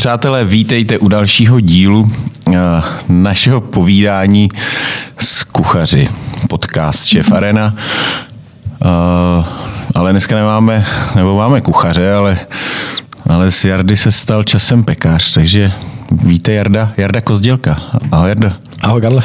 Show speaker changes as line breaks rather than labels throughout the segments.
Přátelé, vítejte u dalšího dílu našeho povídání s kuchaři. Podcast Chef Arena. Ale dneska máme kuchaře, ale z Jardy se stal časem pekař, takže vítej Jarda Kozdělka. Ahoj Jarda.
Ahoj Karle.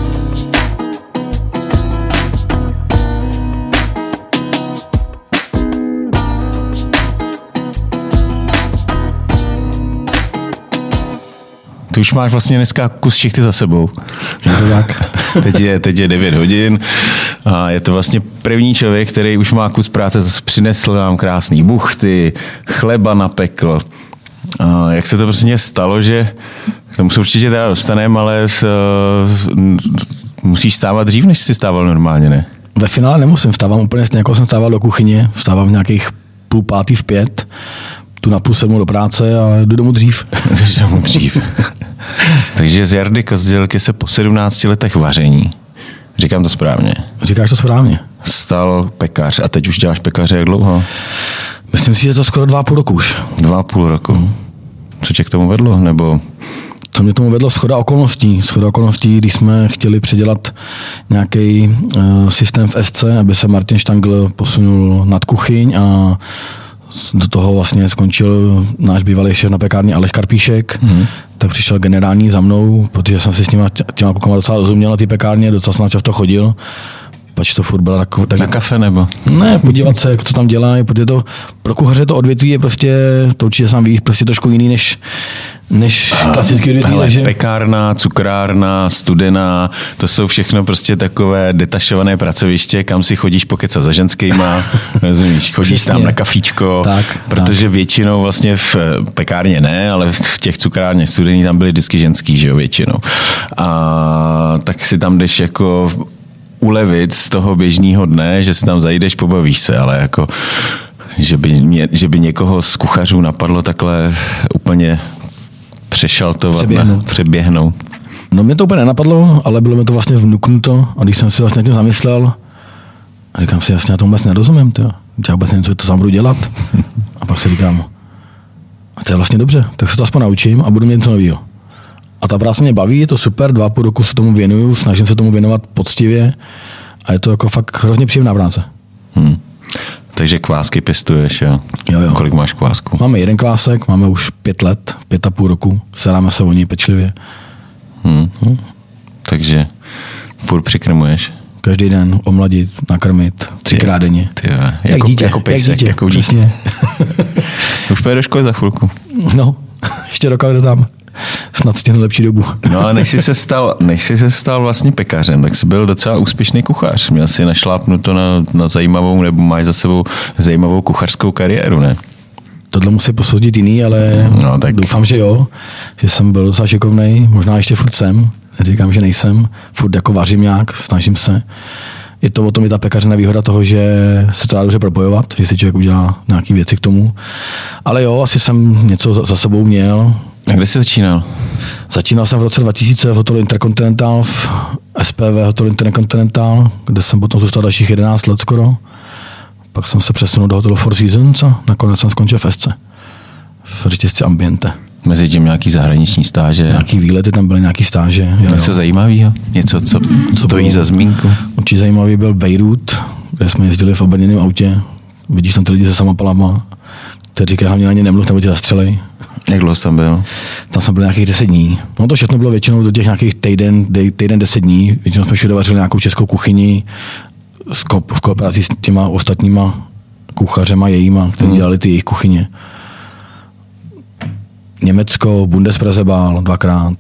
Ty už máš vlastně dneska kus šichty za sebou.
Je to tak.
Teď je 9 hodin a je to vlastně první člověk, který už má kus práce, zase přinesl nám krásný buchty, chleba napekl. A jak se to prostě stalo, že k tomu se určitě teda dostaneme, ale musíš stávat dřív, než jsi stával normálně, ne?
Ve finále nemusím, vstávám úplně stejně, jako jsem stával do kuchyně, vstávám v nějakých 6:30, v 5, tu na 6:30 do práce a jdu domů dřív.
Takže z Jardy Kozdělky se po 17 letech vaření, říkám to správně?
Říkáš to správně.
Stal pekař a teď už děláš pekaře jak dlouho?
Myslím si, že to skoro 2,5 roku už.
2,5 roku. Co tě k tomu vedlo? Nebo...
Co mě tomu vedlo? Schoda okolností, když jsme chtěli předělat nějaký systém v SC, aby se Martin Štangl posunul nad kuchyň a do toho vlastně skončil náš bývalý šéf na pekárně Aleš Karpíšek, tak přišel generální za mnou, protože jsem si s těma klukama docela rozuměl na té pekárně, docela jsem často chodil. Pač to furt byla tak...
Na kafe nebo?
Ne, podívat se, co tam dělají, protože to pro kuchaře to odvětví je prostě, to určitě sám víš, prostě trošku jiný než klasický odvětví.
Hele, pekárna, cukrárna, studená, to jsou všechno prostě takové detašované pracoviště, kam si chodíš pokecat za ženskýma, rozumíš, chodíš přesně tam na kafíčko, protože většinou vlastně v pekárně ne, ale v těch cukrárně studený tam byly vždycky ženský, že jo, většinou. A tak si tam jdeš jako ulevit z toho běžného dne, že si tam zajdeš, pobavíš se, ale jako, že by někoho z kuchařů napadlo takhle úplně přeběhnout.
No mě to úplně nenapadlo, ale bylo mi to vlastně vnuknuto a když jsem si vlastně tím zamyslel, a říkám si, jasně, já tomu vůbec nerozumím, já vůbec něco to sám budu dělat. A pak si říkám, a to je vlastně dobře, tak se to aspoň naučím a budu mít něco nového. A ta práce mě baví, je to super, 2,5 roku se tomu věnuju, snažím se tomu věnovat poctivě a je to jako fakt hrozně příjemná práce.
Takže kvásky pěstuješ, jo? Jo. Kolik máš kvásků?
Máme 1 kvásek, máme už 5 let, 5,5 roku, staráme se o něj pečlivě.
Takže furt přikrmuješ?
Každý den omladit, nakrmit, 3krát denně.
Jak dítě. Jako pejsek, jako dítě.
Přesně.
Už půjde do školy za chvilku.
No, ještě roka jde tam. Snad stihne lepší dobu.
No ale než jsi se stal vlastně pekařem, tak jsi byl docela úspěšný kuchař. Měl jsi našlápnuto na zajímavou, nebo máš za sebou zajímavou kuchařskou kariéru, ne?
Tohle musí posoudit jiný, ale tak doufám, že jo. Že jsem byl docela šikovnej, možná ještě furt jsem. Neříkám, že nejsem. Furt jako vařím nějak, snažím se. Je to o tom i ta pekařina výhoda toho, že se to dá dobře propojovat, že si člověk udělá nějaké věci k tomu. Ale jo, asi jsem něco za sebou měl.
A kde jsi začínal?
Začínal jsem v roce 2000 v hotelu Intercontinental, v SPV hotelu Intercontinental, kde jsem potom zůstal dalších 11 let skoro. Pak jsem se přesunul do hotelu Four Seasons a nakonec jsem skončil v SC, v řetězci Ambiente.
Mezi tím nějaký zahraniční stáže?
Nějaký výlety, tam byly nějaký stáže.
Něco zajímavého? Něco, co stojí za zmínku?
Určitě zajímavý byl Beirut, kde jsme jezdili v obrněném autě. Vidíš tam ty lidi se samopalama, kteří říkají, hlavně na ně nemluv, nebo tě zastřelej. Jak dlouho jsi tam byl? Tam jsme byli nějakých 10 dní. No to všechno bylo většinou do těch nějakých týden 10 dní. Většinou jsme všude vařili nějakou českou kuchyni v kooperaci s těma ostatníma kuchařema jejíma, kteří dělali ty jejich kuchyně. Německo, Bundespresebal 2krát,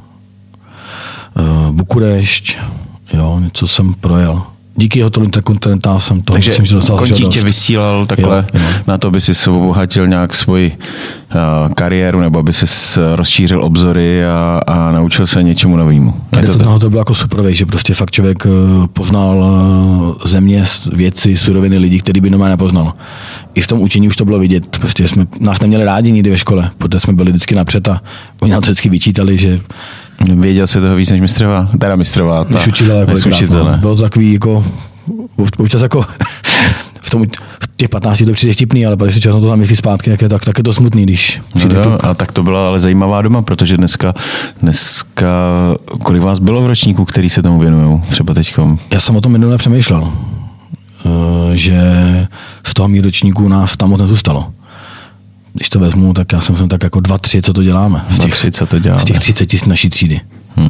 Bukurešť, jo, něco jsem projel. Díky hotelu Intercontinental jsem to...
Takže kontík tě vysílal takhle jo. Na to, aby si obohatil nějak svoji kariéru, nebo aby si rozšířil obzory a naučil se něčemu novému.
To bylo jako super, že prostě fakt člověk poznal země, věci, suroviny, lidi, který by normálně nepoznal. I v tom učení už to bylo vidět. Prostě jsme nás neměli rádi nikdy ve škole, protože jsme byli vždycky napřed a oni nám to vždycky vyčítali, že...
Věděl jsi toho víc než mistrová? Teda mistrová.
Než učitele. Bylo to takový jako... Občas jako... těch 15 to přijde vtipný, ale když si čas na to zamyslí zpátky, tak je to smutný, když přijde kluk.
A tak to byla ale zajímavá doba, protože dneska kolik vás bylo v ročníku, který se tomu věnují, třeba teďkom?
Já jsem o tom minule přemýšlel, že z toho mých ročníků nás tam moc nezůstalo. Když to vezmu, tak já jsem tak jako 2-3, co to děláme. Z těch 30 naší třídy.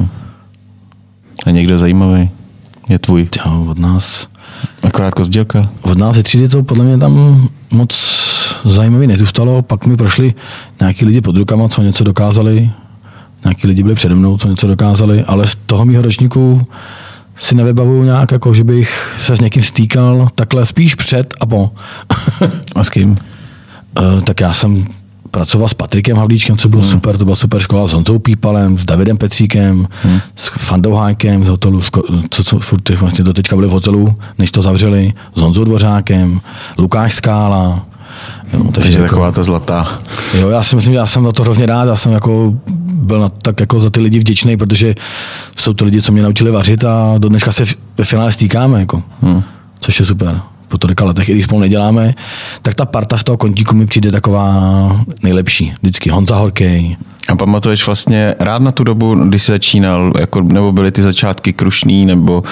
A někdo zajímavý? Je tvůj?
Jo, od nás.
Akorát Kozdělka?
Od nás ze třídy to podle mě tam moc zajímavý nezůstalo. Pak mi prošli nějaký lidi pod rukama, co něco dokázali. Nějaký lidi byli přede mnou, co něco dokázali. Ale z toho mýho ročníku si nevybavuju nějak, jako že bych se s někým stýkal takhle spíš před a po.
A s kým?
Tak já jsem pracoval s Patrikem Havlíčkem, co bylo super, to byla super škola, s Honzou Pípalem, s Davidem Petříkem, s Fandou Hájkem z hotelu, co furt vlastně do teďka byli v hotelu, než to zavřeli, s Honzou Dvořákem, Lukáš Skála.
Jo, takže taková ta zlatá.
Jo, já si myslím, že já jsem na to hrozně rád, já jsem jako byl tak jako za ty lidi vděčný, protože jsou to lidi, co mě naučili vařit a do dneška se ve finále stýkáme, jako, což je super. Po tolika letech, i když spolu neděláme, tak ta parta z toho kontíku mi přijde taková nejlepší. Vždycky Honza Horkej.
A pamatuješ vlastně rád na tu dobu, když jsi začínal, jako, nebo byly ty začátky krušný, nebo...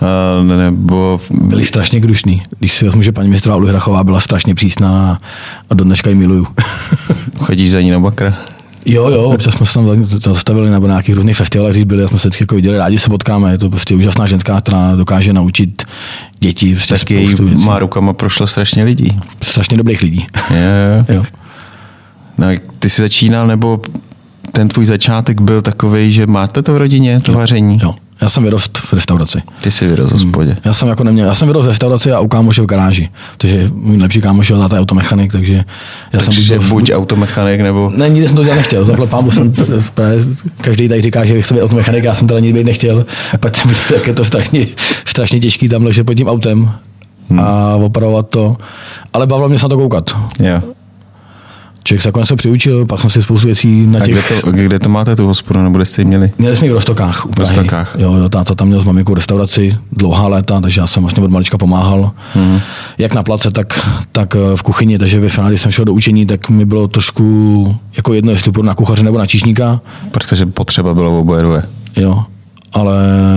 Byly strašně krušný. Když si vezmu, že paní mistrová Ulihrachová byla strašně přísná a do dneška ji miluju.
Chodíš za ní na bakra?
Jo, občas jsme se tam zastavili nebo na nějakých různých festivalech, když byli, jsme se vždycky jako viděli, rádi se potkáme, je to prostě úžasná ženská, která dokáže naučit děti. Prostě
tak její má rukama prošlo strašně lidí.
Strašně dobrých lidí. Jo.
No, ty jsi začínal, nebo ten tvůj začátek byl takovej, že máte to v rodině, to vaření?
Jo. Já jsem vyrost v restauraci.
Ty jsi vyrost v hospodě.
Já jsem vyrost v restauraci a u kámoše v garáži. Protože můj lepší kámoš je automechanik, takže já jsem
buď automechanik, nebo...
Ne, nikdy jsem to dělat nechtěl. Zaplať pámu jsem každý tady říká, že chce být automechanik, já jsem teda nikdy být nechtěl. Protože tak je to strašně těžký tam ležet pod tím autem a opravovat to. Ale bavilo mě se na to koukat.
Jo.
Člověk se nakonec přiučil, pak jsem si spoustu věcí na těch...
A kde to máte, tu hospodu, nebo kde jste ji měli?
Měli jsme ji v Roztokách.
V Roztokách.
Jo, táta tam měl s maminkou restauraci dlouhá léta, takže já jsem vlastně od malička pomáhal. Jak na place, tak v kuchyni, takže ve finále, když jsem šel do učení, tak mi bylo trošku jako jedno, jestli půjdu na kuchaře nebo na číšníka.
Protože potřeba bylo oboje dvoje.
Jo, ale...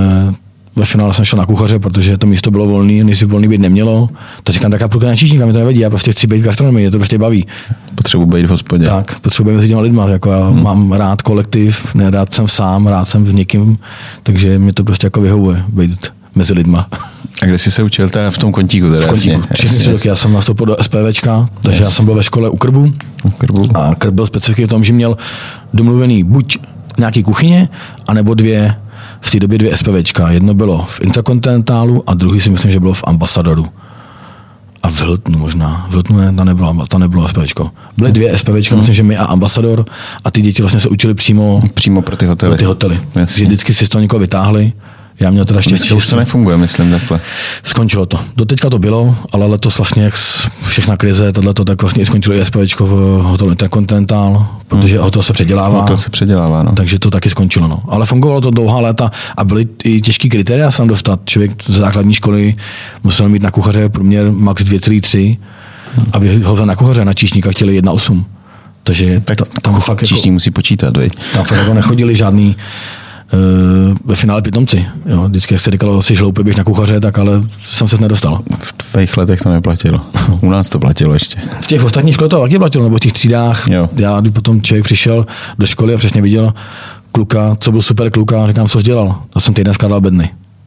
Ve finále jsem šel na kuchaře, protože to místo bylo volné, než si volný být nemělo. Tak říkám, tak já půjdu na číšníka, mi to nevadí, já prostě chci být v gastronomii, mě to prostě baví.
Potřebuji být v hospodě.
Tak, potřebuji mezi těma lidma, jako já mám rád kolektiv, rád jsem sám, rád jsem s někým, takže mi to prostě jako vyhovuje být mezi lidma.
A kde jsi se učil teda v tom kontíku? Teda,
v kontíku, 3 roky, já jsem nastoupil do SPVčka, takže já jsem byl ve škole u Krbu. A Krb byl specifický v tom, že měl domluvený buď nějaký kuchyně, anebo v té době 2 SPVčka. Jedno bylo v Interkontinentálu a druhý si myslím, že bylo v Ambasadoru. A v Hiltonu možná. V Hiltonu to nebylo SPVčko. Byly 2 SPVčka, myslím, že my a Ambasador a ty děti vlastně se učili přímo
pro ty hotely.
Že vždycky si z toho někoho vytáhli. Já měl teda štěstí.
Dneska už to nefunguje, myslím, takhle.
Skončilo to. Doteďka to bylo, ale letos vlastně, jak všechna krize, tohleto, tak vlastně skončilo i SPVčko v hotelu Intercontinental, protože hotel se předělává.
Hotel se předělává, no.
Takže to taky skončilo, no. Ale fungovalo to dlouhá léta a byly i těžký kritéria sám dostat. Člověk ze základní školy musel mít na kuchaře průměr max 2,3, aby ho na kuchaře, na číšníka chtěli 1,8. Takže tam fakt
číšník jako, musí počítat, veď.
Tam fakt jako nechodili žádný ve finále pitomci. Jo. Vždycky, jak se říkalo, jsi hloupý, běž na kuchaře, tak ale jsem se nedostal.
V tvých letech to neplatilo. U nás to platilo ještě.
V těch ostatních školách to taky platilo, nebo v těch třídách. Jo. Já, když potom člověk přišel do školy a přesně viděl kluka, co byl super kluka, říkám, co jsi dělal? Já jsem týden skládal bedny.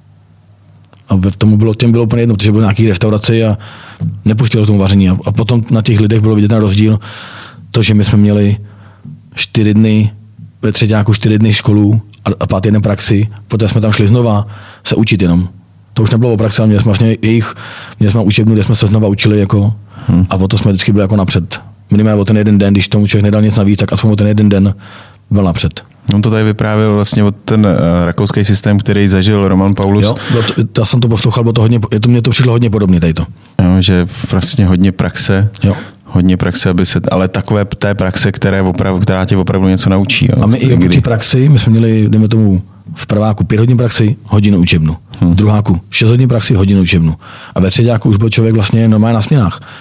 A těm bylo úplně jedno, protože byl nějaký restauraci a nepustilo tomu vaření. A potom na těch lidech bylo vidět ten rozdíl, to, že my jsme měli 4 dny, ve třetíku 4 dny školu a 5 den praxi, poté jsme tam šli znova se učit jenom. To už nebylo o praxi, ale měli jsme vlastně měli jsme učebnu, kde jsme se znova učili jako, a o to jsme vždycky byli jako napřed. Minimálně o ten jeden den, když tomu člověk nedal nic navíc, tak aspoň o ten jeden den byl napřed.
On to tady vyprávěl vlastně o ten rakouský systém, který zažil Roman Paulus.
Jo, já jsem to poslouchal, mě to přišlo hodně podobně tady to.
Jo, že vlastně hodně praxe.
Jo.
Hodně praxe, ale takové té praxe, která tě opravdu něco naučí. Jo.
A my i o té praxi, my jsme měli, dejme tomu, v prváku 5 hodin praxi, hodinu učebnu. V druháku 6 hodin praxi, hodinu učebnu. A ve třetíku už byl člověk vlastně normálně na směnách.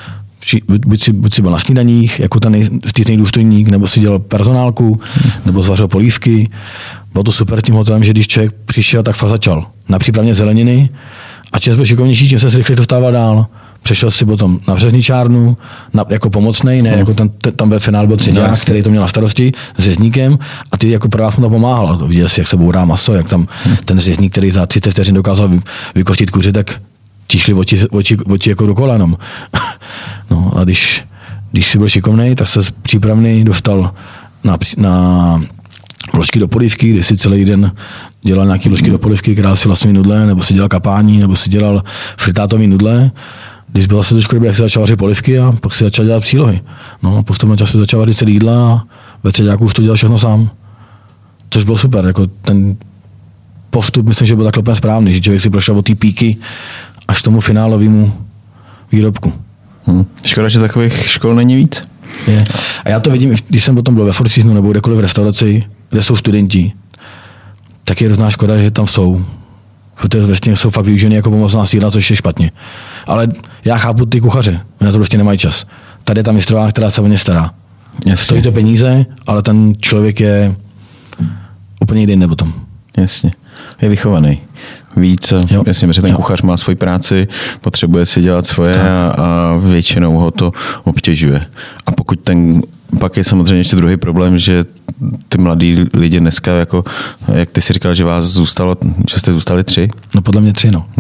buď si byl na snídaních, jako ten styčný důstojník, nebo si dělal personálku, nebo zvařil polívky. Bylo to super tím hotelem, že když člověk přišel, tak fakt začal na přípravně zeleniny a čím byl šikovnější, tím se rychle dostával dál. Přešel si potom na řezničárnu, jako pomocnej, ne jako tam ve finále byl třeďák, který to měl na starosti s řezníkem a ty jako prvá mu to pomáhala. Viděl si, jak se bourá maso, jak tam ten řezník, který za 30 vteřin dokázal vykostit kuři, tak ti šli oči jako do kolenom. No a když si byl šikovnej, tak se z přípravny dostal na vložky do polívky, kdy si celý den dělal nějaký vložky do polívky, král si vlastní nudle, nebo si dělal kapání, nebo si dělal fritátový nudle. Když byl se trošku dobrý, jak se začal vařit polívky a pak si začal dělat přílohy. No a postupně času začal vařit celý jídla a ve třeďáku už to dělal všechno sám. Což bylo super, jako ten postup, myslím, že byl takhle úplně správný, že člověk si prošel od té píky až k tomu finálovému výrobku.
Škoda, že takových škol není víc.
Je. A já to vidím, když jsem potom byl ve Four Seasonu nebo kdekoliv v restauraci, kde jsou studenti, tak je hrozná škoda, že tam jsou. Vlastně jsou fakt využeny jako pomocná síla, což je špatně. Ale já chápu ty kuchaře, oni na to prostě nemají čas. Tady je ta mistrová, která se o ně stará. Jasně. Stojí to peníze, ale ten člověk je úplně jinde potom.
Jasně. Je vychovaný. Víc, jasně, že ten kuchař má svoji práci, potřebuje si dělat svoje a většinou ho to obtěžuje. A pokud pak je samozřejmě ještě druhý problém, že ty mladí lidi dneska, jako, jak ty si říkal, že že jste zůstali 3?
No podle mě 3, no.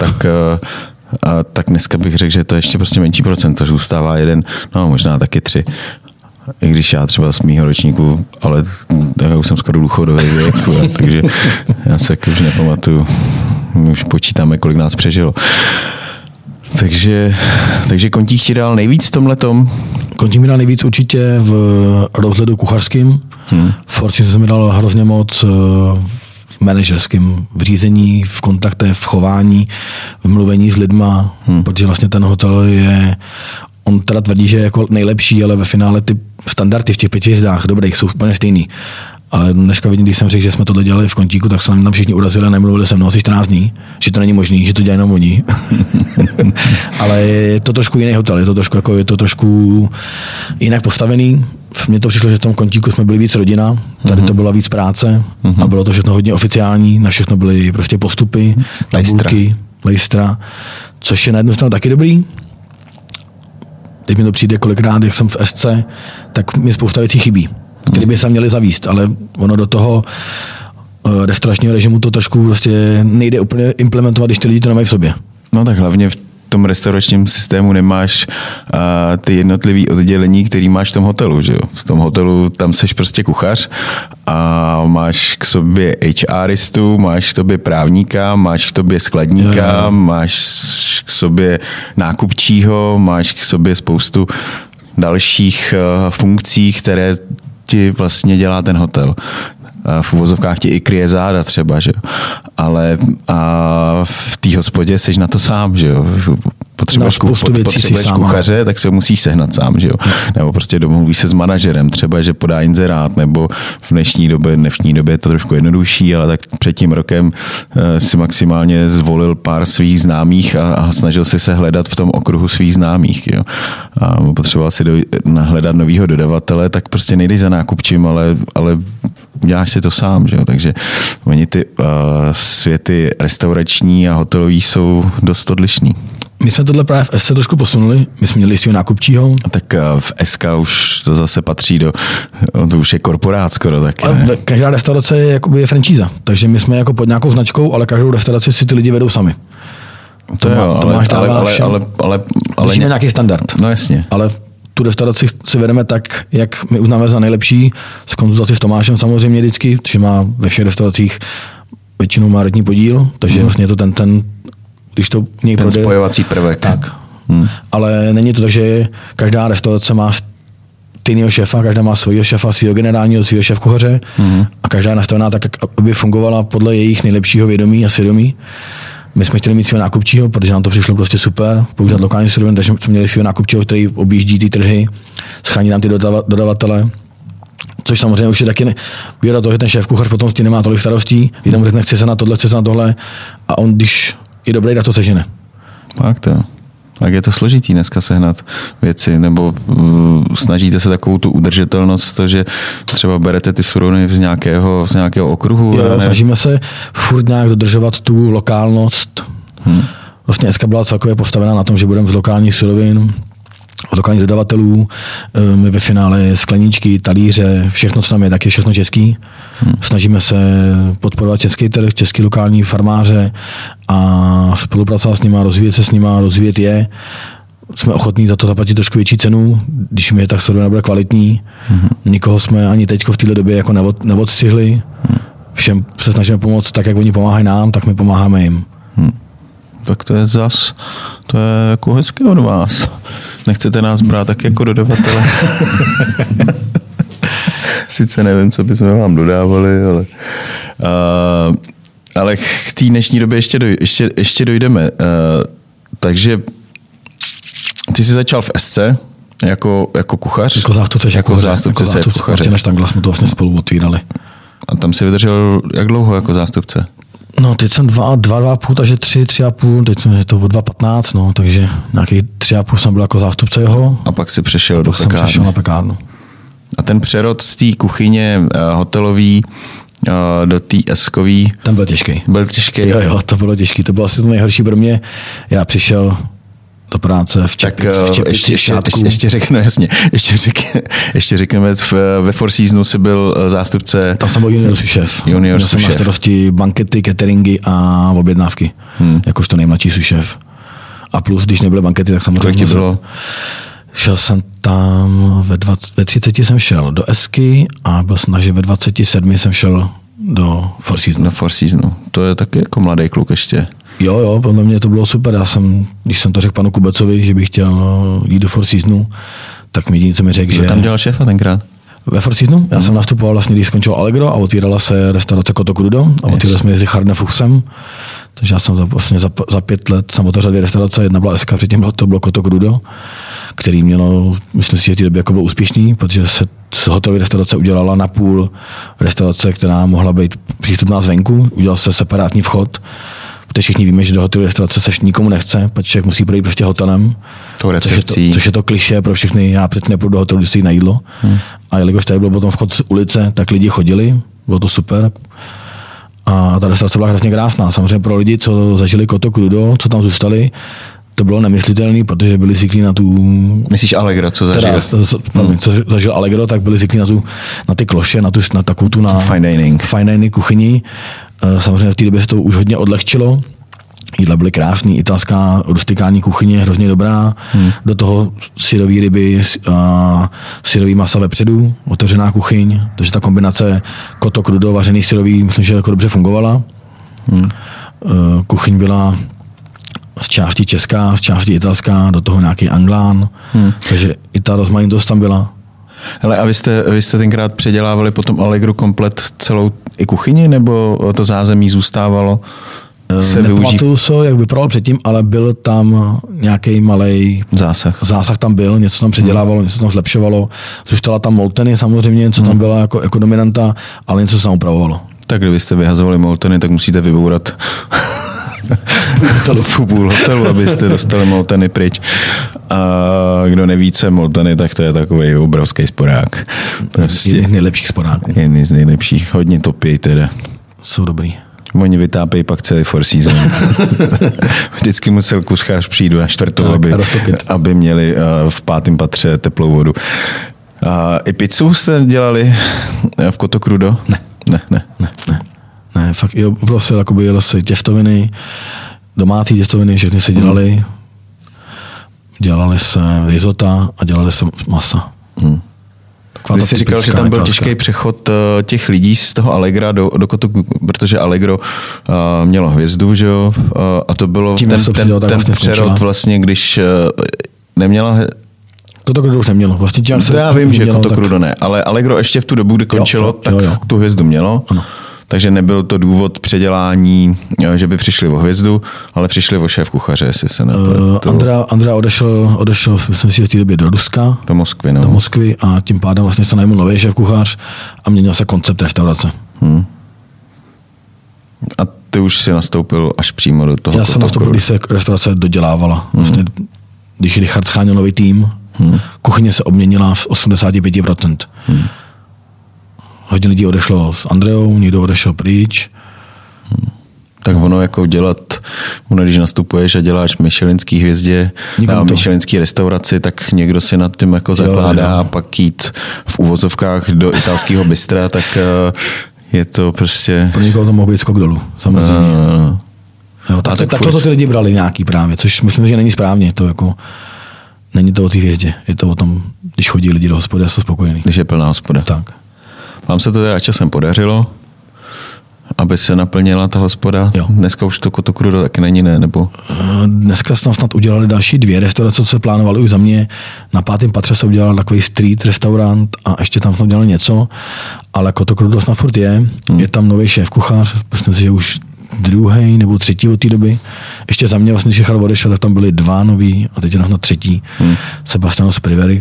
Tak dneska bych řekl, že to je ještě prostě menší procento, že zůstává 1, no možná taky 3. I když já třeba z mýho ročníku, ale já už jsem skoro důchodový věk, takže já se už nepamatuju. My už počítáme, kolik nás přežilo. Takže Kontík ti dal nejvíc v tomhletom?
Kontík mi dal nejvíc určitě v rozhledu kuchařským. Forci se mi dal hrozně moc v manažerským, v řízení, v kontaktech, v chování, v mluvení s lidma, protože vlastně ten hotel je, on teda tvrdí, že je jako nejlepší, ale ve finále ty standardy v těch 5 hvězdách dobrých jsou úplně stejný. Ale dneska vidím, když jsem řekl, že jsme tohle dělali v Kontíku, tak se nám všichni urazili a nemluvili se mnou asi 14 dní, že to není možný, že to dělají jenom oni. Ale je to trošku jiný hotel, je to trošku jinak postavený. Mně to přišlo, že v tom Kontíku jsme byli víc rodina, tady to byla víc práce a bylo to všechno hodně oficiální, na všechno byly prostě postupy, tabulky, lejstra, což je na jednu stranu taky dobrý. Teď mi to přijde kolikrát, jak jsem v SC, tak mi spousta věcí chybí, které by se měly zavíst, ale ono do toho restauračního režimu to trošku prostě nejde úplně implementovat, když ty lidi to nemají v sobě.
No tak hlavně v tom restauračním systému nemáš ty jednotlivý oddělení, který máš v tom hotelu, že jo? V tom hotelu tam seš prostě kuchař a máš k sobě HRistu, máš k sobě právníka, máš k sobě skladníka, máš k sobě nákupčího, máš k sobě spoustu dalších funkcí, které ti vlastně dělá ten hotel. V uvozovkách ti i kryje záda třeba, že jo. Ale v té hospodě seš na to sám, že jo. Potřebuješ kuchaře, tak se ho musíš sehnat sám, že jo. Nebo prostě domluvíš se s manažerem, třeba, že podá inzerát, nebo v dnešní době je to trošku jednodušší, ale tak před tím rokem si maximálně zvolil pár svých známých a snažil si se hledat v tom okruhu svých známých, jo. A potřeboval si hledat novýho dodavatele, tak prostě nejdeš za nákupčím, ale děláš si to sám, že jo? Takže oni ty světy restaurační a hotelový jsou dost odlišný.
My jsme tohle právě v SC trošku posunuli, my jsme měli svýho nákupčího.
Tak v SK už to zase patří to už je korporát skoro taky, ne?
Každá restaurace je jakoby franšíza, takže my jsme jako pod nějakou značkou, ale každou restauraci si ty lidi vedou sami. Ale nějaký standard.
No jasně.
Ale tu restauraci si vedeme tak, jak my uznáme za nejlepší, s konzultací s Tomášem samozřejmě vždycky, protože má ve všech restauracích většinou má rední podíl, takže vlastně je to ten když to něj
ten spojovací prvek.
Tak. Ale není to tak, že každá restaurace má stejného šéfa, každá má svého šéfa, svého generálního, svého šéfkuchaře a každá je nastavená tak, aby fungovala podle jejich nejlepšího vědomí a svědomí. My jsme chtěli mít svého nákupčího, protože nám to přišlo prostě super, používat lokální suroviny, takže jsme měli svého nákupčího, který objíždí ty trhy, schání nám ty dodavatele, což samozřejmě už je taky výhoda toho, že ten šéfkuchař potom s tím nemá tolik starostí, jenom řekne, chci se na tohle a on, když je dobrý, tak to sežene.
Tak to. Tak je to složitý dneska sehnat věci, nebo snažíte se takovou tu udržitelnost, to, že třeba berete ty suroviny z nějakého okruhu?
Jo, snažíme se furt nějak dodržovat tu lokálnost. Vlastně SK byla celkově postavená na tom, že budeme z lokálních surovin, od lokálních dodavatelů, my ve finále skleničky, talíře, všechno, co tam je, tak je všechno český. Snažíme se podporovat český trh, český lokální farmáře a spolupracovat s nima, rozvíjet se s nima, rozvíjet je. Jsme ochotní za to zaplatit trošku větší cenu, když mi tak surovina bude kvalitní. Nikoho jsme ani teď v této době jako neodstřihli. Všem se snažíme pomoct tak, jak oni pomáhají nám, tak my pomáháme jim.
Tak to je to je jako hezké od vás. Nechcete nás brát tak jako dodavatele? Sice nevím, co bychom vám dodávali, ale k té dnešní době ještě dojdeme. Takže ty jsi začal v SC jako kuchař?
Jako zástupce Martina Štangla jsme to vlastně spolu otvírali.
A tam si vydržel jak dlouho jako zástupce?
No, teď jsem 2,5, takže 3,5, teď jsem to o 2,15, no, takže nějakých 3,5 jsem byl jako zástupce jeho.
A pak si přešel do pekárny.
Jsem přešel na pekárnu.
A ten přerod z té kuchyně hotelový do té eskový...
Ten byl těžký.
Byl těžký?
Jo, to bylo těžký. To bylo asi to nejhorší pro mě. Já přišel do práce v Čepici, v Šátku.
Ještě řekneme, ve Four Seasonu jsi byl zástupce...
Tam jsem byl junior sušef. Měl jsem na starosti bankety, cateringy a objednávky. Jakožto nejmladší sušef. A plus, když nebyly bankety, tak samozřejmě...
Kolik ti bylo?
Šel jsem tam, ve 30 jsem šel do Esky a byl jsem že ve 27 jsem šel do Four Seasonu.
Do Four Seasonu. To je taky jako mladý kluk ještě.
Jo, podle mě to bylo super. Když jsem to řekl panu Kubecovi, že bych chtěl jít do Four Seasonu, tak mi něco mi řekl, že...
tam dělal šéfa tenkrát?
Ve Four Seasonu? Já jsem nastupoval vlastně, když skončil Allegro a otvírala se restaurace Koto Crudo a otvírali jsme s Richardem Fuchsem. Takže já jsem za 5 let jsem otevřel 2 restaurace, jedna byla SK, předtím to bylo Koto Crudo, který mělo, myslím si, že v té době jako byl úspěšný, protože se z hotelové restaurace udělala na půl restaurace, která mohla být přístupná zvenku, udělal se separátní vchod. Protože všichni víme, že do hotelové restaurace se nikomu nechce, protože člověk musí projít prostě hotelem, což je to klišé pro všechny. Já přece nepůjdu do hotelu, když si jít na jídlo. A jelikož tady byl potom vchod z ulice, tak lidi chodili, bylo to super. A ta restaurace byla hrozně krásná. Samozřejmě pro lidi, co zažili Koto Crudo, co tam zůstali, to bylo nemyslitelné, protože byli zvyklí na tu...
Myslíš Allegro, co zažil?
Co zažil Allegro, tak byli zvyklí na ty kloše, na takovou tu fine dining kuchyni. Samozřejmě v té době se to už hodně odlehčilo. Jídla byly krásný, italská rustikální kuchyně, hrozně dobrá. Do toho syrový ryby, syrový masa vepředu, otevřená kuchyň. Takže ta kombinace Koto Crudo, vařený syrový, myslím, že jako dobře fungovala. Kuchyň byla z části česká, z části italská, do toho nějaký anglán. Takže i ta rozmanitost tam byla.
Hele, a vy jste tenkrát předělávali potom Allegro komplet celou i kuchyni, nebo to zázemí zůstávalo?
Nepamatuju se, jak vypadalo předtím, ale byl tam nějaký malej zásah tam byl, něco tam předělávalo, něco tam zlepšovalo. Zůstala tam Molteny samozřejmě, něco tam byla jako dominanta, ale něco se tam upravovalo.
Tak kdybyste vyhazovali Molteny, tak musíte vybourat půl hotelu, abyste dostali Molteny pryč. A kdo neví, co je Molteny, tak to je takový obrovský sporák.
Prostě jedný z nejlepších sporáků.
Jedný z nejlepších, hodně topí teda.
Jsou dobrý.
Oni vytápejí pak celý Four Seasons. Vždycky musel kuchař přijít na 4, aby měli v 5. patře teplou vodu. I pizzu jste dělali v Koto Crudo?
Ne, fakt jo, prostě jakoby jelo se těstoviny, domácí těstoviny, všechny se dělaly. Dělali se risota a dělali se masa.
Ty jsi říkal, že tam byl těžký přechod těch lidí z toho Allegra do Koto, protože Allegro mělo hvězdu, že jo? A to bylo ten přerod vlastně, když neměla...
Koto Crudo už nemělo. Vlastně
já vím, že Koto Crudo ne, ale Allegro ještě v tu dobu, kdy končilo, tak tu hvězdu mělo. Ano. Takže nebyl to důvod předělání, že by přišli o hvězdu, ale přišli o šéf kuchaře, jestli se nepletu.
Andrea odešel, myslím si, v té době do Ruska.
Do Moskvy,
Do Moskvy a tím pádem vlastně se najmul nový šéf kuchař a měnil se koncept restaurace.
A ty už si nastoupil až přímo do toho?
Já jsem nastoupil, když se restaurace dodělávala. Vlastně když Richard scháněl nový tým, kuchyně se obměnila z 85%. Hodně lidí odešlo s Andreou, někdo odešel pryč.
Tak ono jako když nastupuješ a děláš Michelinský hvězdě a Michelinský restauraci, tak někdo si nad tím jako zakládá a pak jít v uvozovkách do italského bystra, tak je to prostě...
Pro někoho to mohl být skok dolů, samozřejmě. Jo, tak to ty lidi brali nějaký právě, což myslím, že není správně. To jako, není to o té hvězdě, je to o tom, když chodí lidi do hospody a jsou spokojení.
Když je plná hospoda.
Tak.
Vám se to teda časem podařilo, aby se naplnila ta hospoda?
Jo.
Dneska už to Kotokrudo taky není, ne? Nebo?
Dneska snad udělali další 2 restaurace, co se plánovali už za mě. Na 5. patře se udělal takový street restaurant a ještě tam snad udělali něco, ale Kotokrudo snad furt je. Je tam nový šéf kuchař, myslím si, že už 2. nebo 3. od té doby. Ještě za mě vlastně, když Richard odešel, tak tam byly 2 noví a teď je na 3. Sebastiano Sprivery.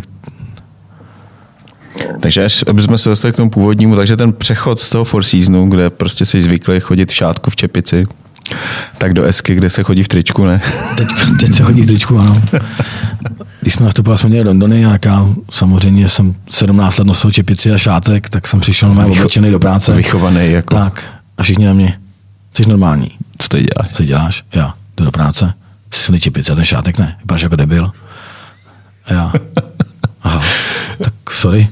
Takže až aby jsme se dostali k tomu původnímu, takže ten přechod z toho Four Seasonu, kde prostě si zvykli chodit v šátku, v čepici, tak do Esky, kde se chodí v tričku, ne?
Teď se chodí v tričku, ano. Když jsme nastupovali, jsme měli Londony a já samozřejmě jsem 17 let nosil čepici a šátek, tak jsem přišel normálně oblečený do práce.
Vychovaný jako.
Tak. A všichni na mě, jsi normální.
Co ty děláš?
Co děláš? Já jdu do práce. Jsi silný čepici a ten šátek ne. Vypadáš jako debil. A já. Aha. Tak sorry.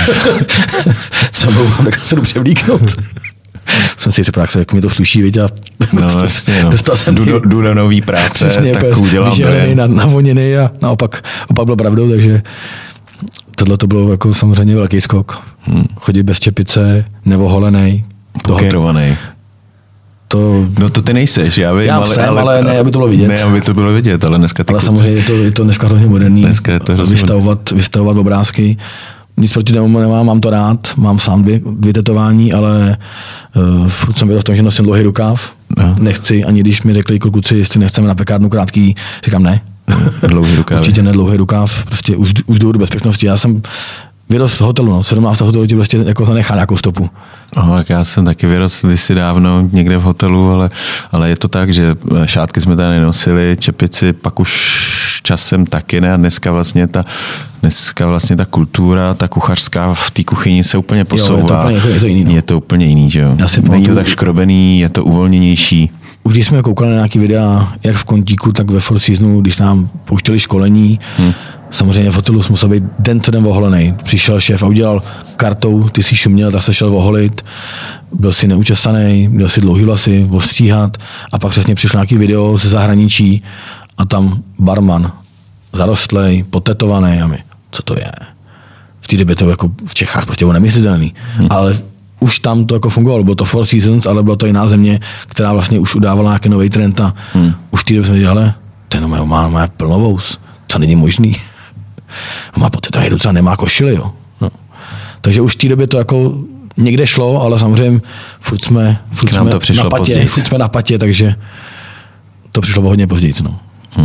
Co mluvám, tak se jdu převlíknout. Jsem si připravil, jak mi to sluší, viď, a
vlastně, jdu do nový práce, přesně, tak udělám
navoněný a naopak bylo pravdou, takže tohle to bylo jako samozřejmě velký skok. Chodit bez čepice, nevoholenej.
Pokérovaný. No to ty nejseš, já vím,
ale ne, aby to bylo vidět.
Ne, aby to bylo vidět, ale dneska...
Ale samozřejmě je to dneska hrozně moderní. Dneska je to vystavovat obrázky. Nic proti tomu nemám, mám to rád, mám sám 2 tetování, ale furt jsem věděl v tom, že nosím dlouhý rukáv. No. Nechci, ani když mi řekli kluci, jestli nechceme na pekárnu krátký, říkám ne.
Dlouhý rukáv.
Určitě ne dlouhý rukáv, prostě už z důvodu bezpečnosti. Já jsem vyrostl v hotelu, 17 hotelu ti prostě jako zanechá nějakou stopu.
Tak já jsem taky vyrostl kdysi dávno někde v hotelu, ale je to tak, že šátky jsme tady nenosili, čepici pak už časem taky ne a dneska vlastně ta kultura, ta kuchařská v té kuchyni se úplně posouvá.
Je to jiný, no.
Je to úplně jiný, že jo. Není to tak škrobený, je to uvolněnější.
Už když jsme koukali na nějaký videa, jak v Kontíku, tak ve Four Seasonu, když nám pouštěli školení, samozřejmě v hotelu jsme museli být den co den oholený. Přišel šéf a udělal kartou, ty jsi šuměl, tak se šel oholit, byl si neučesaný, měl si dlouhý vlasy, ostříhat a pak přesně přišlo nějaký video ze zahraničí a tam barman, zarostlej, potetovaný a my, co to je? V té době to jako v Čechách prostě bylo nemyslitelný, ale už tam to jako fungovalo, bylo to Four Seasons, ale bylo to jiná země, která vlastně už udávala nějaký nový trend a už v té době jsme říkali, hele, ten má plnovous, to není možný. Má potetovaný docela, nemá košily, jo. No. Takže už v té době to jako někde šlo, ale samozřejmě furt jsme na patě, takže to přišlo hodně později. No.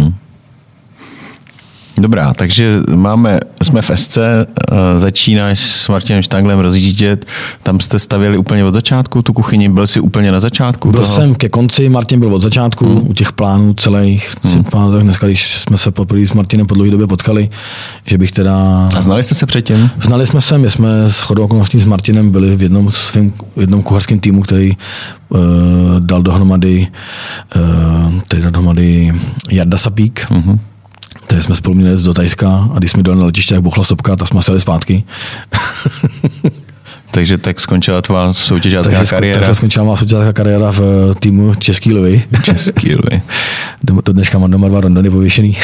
Dobrá, takže jsme v SC, začínáš s Martinem Štanglem rozjíždět, tam jste stavěli úplně od začátku tu kuchyni, byl jsi úplně na začátku?
Byl jsem ke konci, Martin byl od začátku, u těch plánů celých, dneska, když jsme se poprvé s Martinem po dlouhé době potkali, že bych teda...
A znali jste se předtím?
Znali jsme se, my jsme s shodou okolností s Martinem byli v jednom kuchařském týmu, který dal dohromady Jarda Sapík. Takže jsme spolu měli do Tajska a když jsme dali na letiště, jak buchla sopka, tak jsme se jeli zpátky.
Takže tak skončila tvá soutěžácká kariéra?
Takže skončila má soutěžácká kariéra v týmu Český lvy.
Český lvy.
To dneška mám doma 2 rondony pověšený.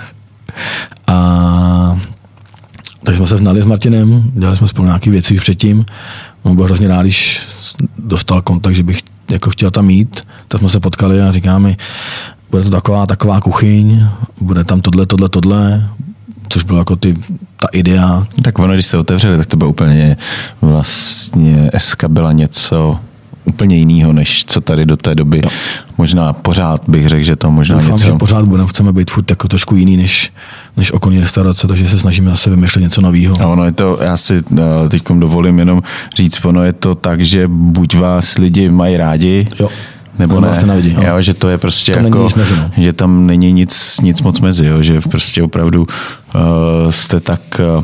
Takže jsme se znali s Martinem, dělali jsme spolu nějaké věci už předtím. On byl hrozně rád, když dostal kontakt, že bych jako chtěl tam jít. Tak jsme se potkali a říkáme, bude to taková kuchyň, bude tam tohle, což bylo jako ta idea.
Tak ono, když se otevřeli, tak to bylo úplně vlastně SK byla něco úplně jiného, než co tady do té doby. Jo. Možná pořád bych řekl, že to možná
doufám,
něco...
že pořád budeme, chceme být furt jako trošku jiný než okolní restaurace, takže se snažíme zase vymýšlet něco nového.
A ono je to, já si teďkom dovolím jenom říct, ono je to tak, že buď vás lidi mají rádi,
jo.
Nebo ne, jo, že to je prostě
tam
jako,
mezi, no.
Že tam není nic moc mezi, jo, že prostě opravdu jste tak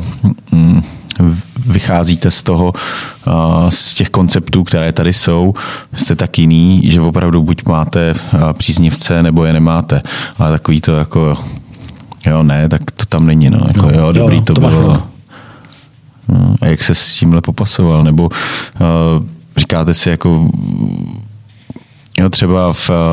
vycházíte z toho, z těch konceptů, které tady jsou, jste tak jiný, že opravdu buď máte příznivce, nebo je nemáte. Ale takový to jako, jo, ne, tak to tam není, no, jako, jo, dobrý to bylo. A jak se s tímhle popasoval, nebo říkáte si jako, jo, třeba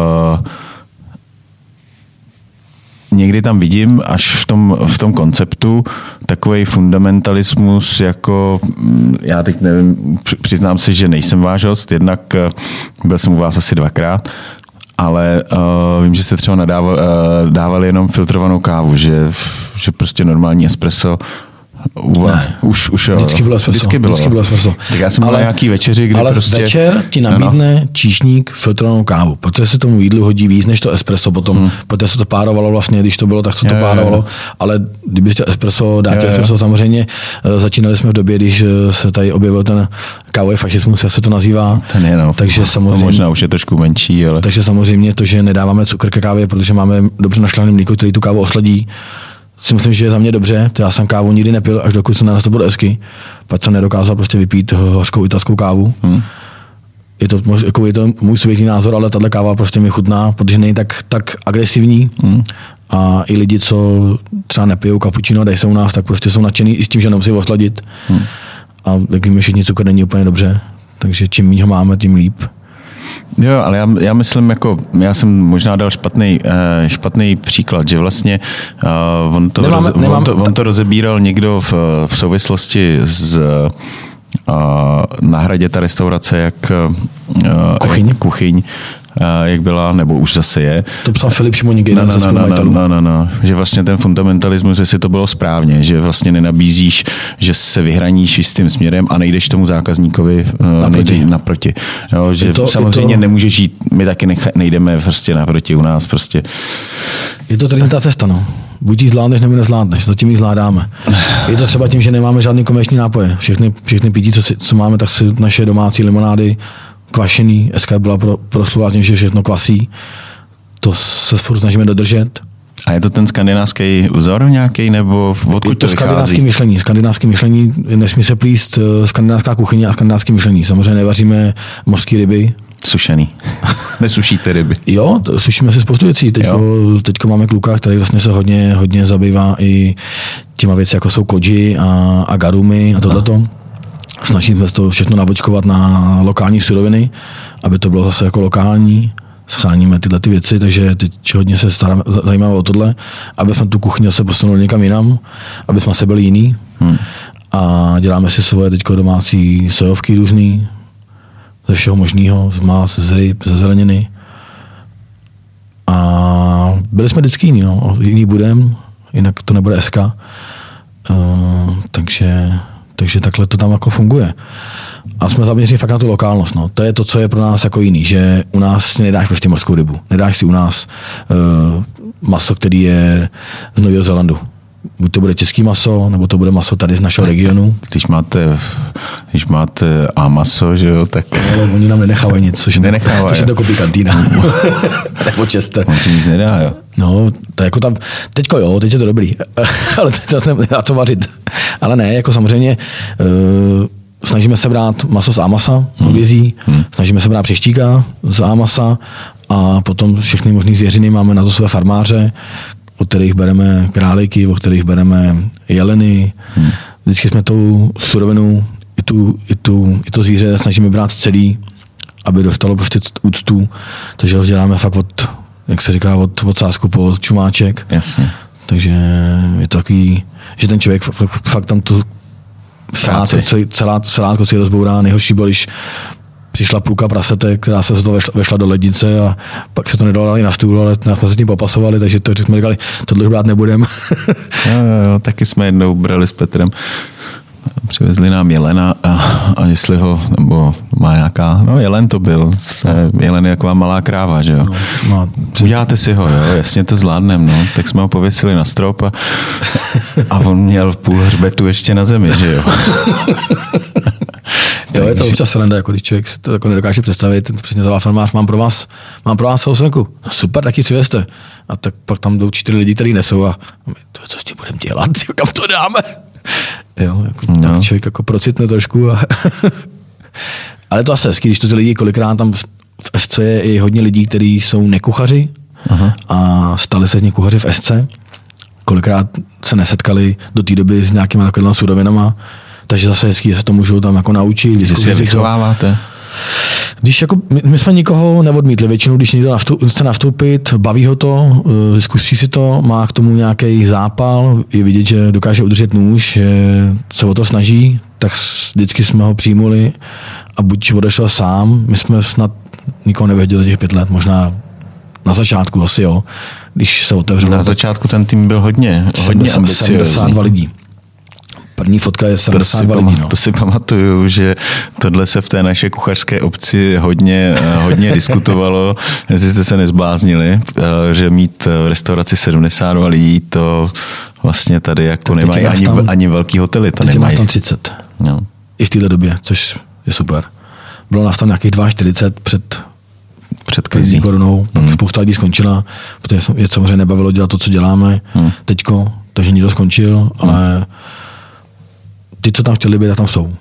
někdy tam vidím až v tom konceptu takovej fundamentalismus, jako já teď nevím, přiznám se, že nejsem váš host, jednak byl jsem u vás asi 2krát, ale vím, že jste třeba dávali jenom filtrovanou kávu, že prostě normální espresso už jo.
Vždycky bylo espresso.
Tak já jsem byl na nějaký večeři, kdy
ale
prostě...
Ale večer ti nabídne číšník filtrovanou kávu, protože se tomu jídlu hodí víc než to espresso potom, protože se to párovalo vlastně, když to bylo, tak se to párovalo, ale kdybyste espresso, dáte espresso samozřejmě, začínali jsme v době, když se tady objevil ten kávový fašismus, jak se to nazývá.
Ten je, no.
Takže samozřejmě,
možná už je trošku menší, ale...
Takže samozřejmě to, že nedáváme cukr ke kávě, protože máme dobře našlaný mlíko, který tu kávu osladí, si myslím, že je za mě dobře. Já jsem kávu nikdy nepil, až dokud jsem nenastoupil do esky. Pak jsem nedokázal prostě vypít hořkou italskou kávu. Je to můj subjektivní názor, ale tahle káva prostě mi chutná, protože není tak agresivní. A i lidi, co třeba nepijou kapučino, dají se u nás, tak prostě jsou nadšený i s tím, že nemusí osladit. A tak víme, všichni cukr není úplně dobře. Takže čím méně ho máme, tím líp.
Jo, ale já myslím, jako, já jsem možná dal špatný příklad, že vlastně on to rozebíral někdo v souvislosti s na Hradě ta restaurace, jak kuchyň, jak byla, nebo už zase je.
To psal Filip Šimoník, jeden ze spolumajitelů.
Že vlastně ten fundamentalismus, jestli to bylo správně, že vlastně nenabízíš, že se vyhraníš jistým směrem a nejdeš tomu zákazníkovi naproti. Jo, že samozřejmě nemůžeš jít, my taky nejdeme prostě naproti u nás. Prostě.
Je to tady ta cesta, no. Buď ji zvládneš, nebo nezvládneš, zatím ji zvládáme. Je to třeba tím, že nemáme žádný komerční nápoje. Všechny pití, co máme, tak si naše domácí limonády, kvašený, SK byla proslulá tím, že všechno kvasí. To se furt snažíme dodržet.
A je to ten skandinávský vzor nějaký, nebo odkud to vychází?
Skandinávský myšlení, nesmí se plíst skandinávská kuchyně a skandinávský myšlení. Samozřejmě nevaříme mořské ryby.
Sušený. Nesušíte ryby.
Jo, sušíme si spoustu věcí. Teďko máme kluka, který vlastně se hodně zabývá i těma věci, jako jsou koji a garumi a tohleto. Snažíme se to všechno navočkovat na lokální suroviny, aby to bylo zase jako lokální. Scháníme tyhle ty věci, takže teď hodně se zajímáme o tohle, aby jsme tu kuchyni se posunuli někam jinam, aby jsme se byli jiný. A děláme si svoje teďko domácí sojovky různý, ze všeho možného, z más, z ryb, ze zeleniny. A byli jsme vždycky jiný, no. Jiný budem, jinak to nebude SK. Takže takhle to tam jako funguje. A jsme zaměřeni fakt na tu lokálnost. No. To je to, co je pro nás jako jiný, že u nás si nedáš prostě mořskou rybu. Nedáš si u nás maso, který je z Nového Zélandu. Buď to bude český maso, nebo to bude maso tady z našeho regionu.
Když máte maso, že jo, tak...
Ale oni nám nenechávají nic, což je do kopí kantýna. Nebo Chester.
On ti nic nedá, jo.
No, to je jako tam, teď je to dobrý, ale teď zase nemá co vařit. Ale ne, jako samozřejmě snažíme se brát maso z Amasa, hovězí, snažíme se brát přeštíka z Amasa a potom všechny možný zvěřiny máme na to své farmáře, od kterých bereme králíky, od kterých bereme jeleny. Vždycky jsme tu surovinu i to zvíře snažíme brát celý, aby dostalo prostě úctu. Takže ho děláme fakt jak se říká, od sázku po čumáček.
Jasně.
Takže je to takový, že ten člověk fakt tam tu celátko si rozbourá. Nejhorší bylo, když přišla půlka prasete, která se z toho vešla do lednice a pak se to nedalo dali na stůl, ale nás jsme se tím popasovali, takže to jsme říkali, tohle už brát nebudeme.
jo, taky jsme jednou brali s Petrem. Přivezli nám jelena a jestli ho, nebo má nějaká, jelen to byl. Jelen je taková malá kráva, že jo. Uděláte si ho, jo, jasně to zvládnem, no. Tak jsme ho pověsili na strop a on měl půl hřbetu ještě na zemi, že jo.
Jo, je to občas sranda, jako když člověk si to jako nedokáže představit, přesně za farmář, mám pro vás sousenku. No super, taky si vězte. A tak pak tam jdou 4 lidi, kteří nesou a to co s tím budeme dělat, kam to dáme? Jo, jako, tak člověk jako procitne trošku. Ale to asi hezky, když to ty lidi, kolikrát tam v SC je i hodně lidí, kteří jsou nekuchaři a stali se z nich kuchaři v SC. Kolikrát se nesetkali do té doby s nějakýma takovýma surovinama, takže zase hezký, že se to můžou tam jako naučit.
Vy si je vychováváte?
Když jako, my jsme nikoho neodmítli, většinou, když někdo chce nastoupit, baví ho to, zkusí si to, má k tomu nějaký zápal, je vidět, že dokáže udržet nůž, že se o to snaží, tak vždycky jsme ho přijmuli a buď odešel sám, my jsme snad nikoho nevěděli těch 5 let, možná na začátku asi jo, když se otevřel.
Na začátku ten tým byl hodně ambiciozní.
72 lidí. První fotka je 72 lidí. No.
To si pamatuju, že tohle se v té naší kuchařské obci hodně diskutovalo, jestli jste se nezbláznili, že mít v restauraci 72 lidí, to vlastně tady jako nemají ani velký hotely. To
teď nemají. Teď tam 30. No. I v téhle době, což je super. Bylo nás tam nějakých 42 před krizí koronou, pak spousta lidí skončila, protože je samozřejmě nebavilo dělat to, co děláme teďko, takže nikdo skončil, ale ty, co tam chtěli být, tak tam jsou.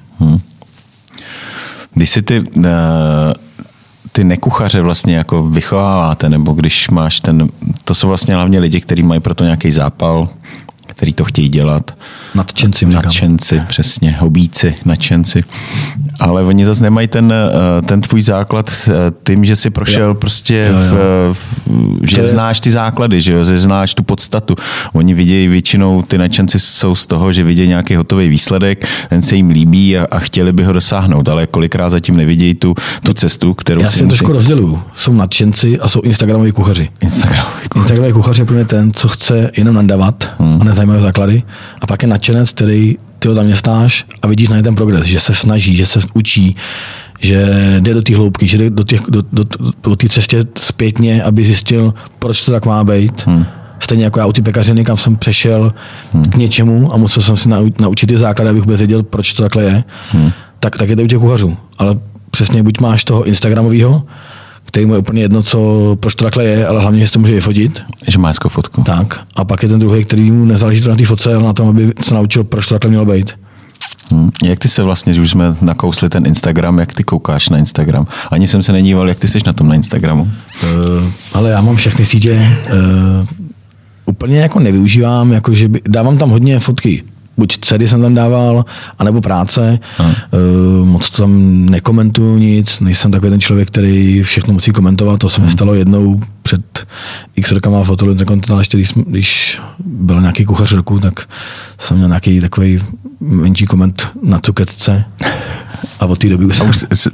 Když si ty nekuchaře vlastně jako vychováváte, nebo když máš to jsou vlastně hlavně lidi, kteří mají pro to nějaký zápal, který to chtějí dělat. Nadšenci, přesně, hobíci, nadšenci. Ale oni zase nemají ten tvůj základ tím, že jsi prošel prostě, že znáš ty základy, že znáš tu podstatu. Oni vidějí většinou, ty nadšenci jsou z toho, že vidějí nějaký hotový výsledek, ten se jim líbí a chtěli by ho dosáhnout, ale kolikrát zatím nevidějí tu cestu, kterou
já si trošku rozděluju. Jsou nadšenci a jsou instagramoví kuchaři. Instagramoví kuchaři je pro mě ten, co chce jenom nadávat a nezajímavé základy. A pak je nadšenec, který ty ho zaměstnáš a vidíš na ten progres, že se snaží, že se učí, že jde do té hloubky, že jde do té cestě zpětně, aby zjistil, proč to tak má být. Stejně jako já u ty pekařiny, kam jsem přešel k něčemu a musel jsem si naučit ty základy, abych vůbec věděl, proč to takhle je. Tak je to u těch kuchařů. Ale přesně buď máš toho instagramového, který mu je úplně jedno, proč to takhle je, ale hlavně, že si to může vyfotit.
Že má hezkou fotku.
Tak. A pak je ten druhý, který mu nezáleží to na té fotce, ale na tom, aby se naučil, proč to takhle mělo být.
Jak ty se vlastně, když už jsme nakousli ten Instagram, jak ty koukáš na Instagram? Ani jsem se nedíval, jak ty jsi na tom na Instagramu.
Ale já mám všechny sítě. Úplně jako nevyužívám, jakože dávám tam hodně fotky. Buď dcery jsem tam dával, anebo práce. Moc tam nekomentuju nic, nejsem takový ten člověk, který všechno musí komentovat. To se mi stalo jednou před x rokama v hotelu Intercontinental, ještě když byl nějaký kuchař roku, tak jsem měl nějaký takový menší koment na cuketce. A od té doby už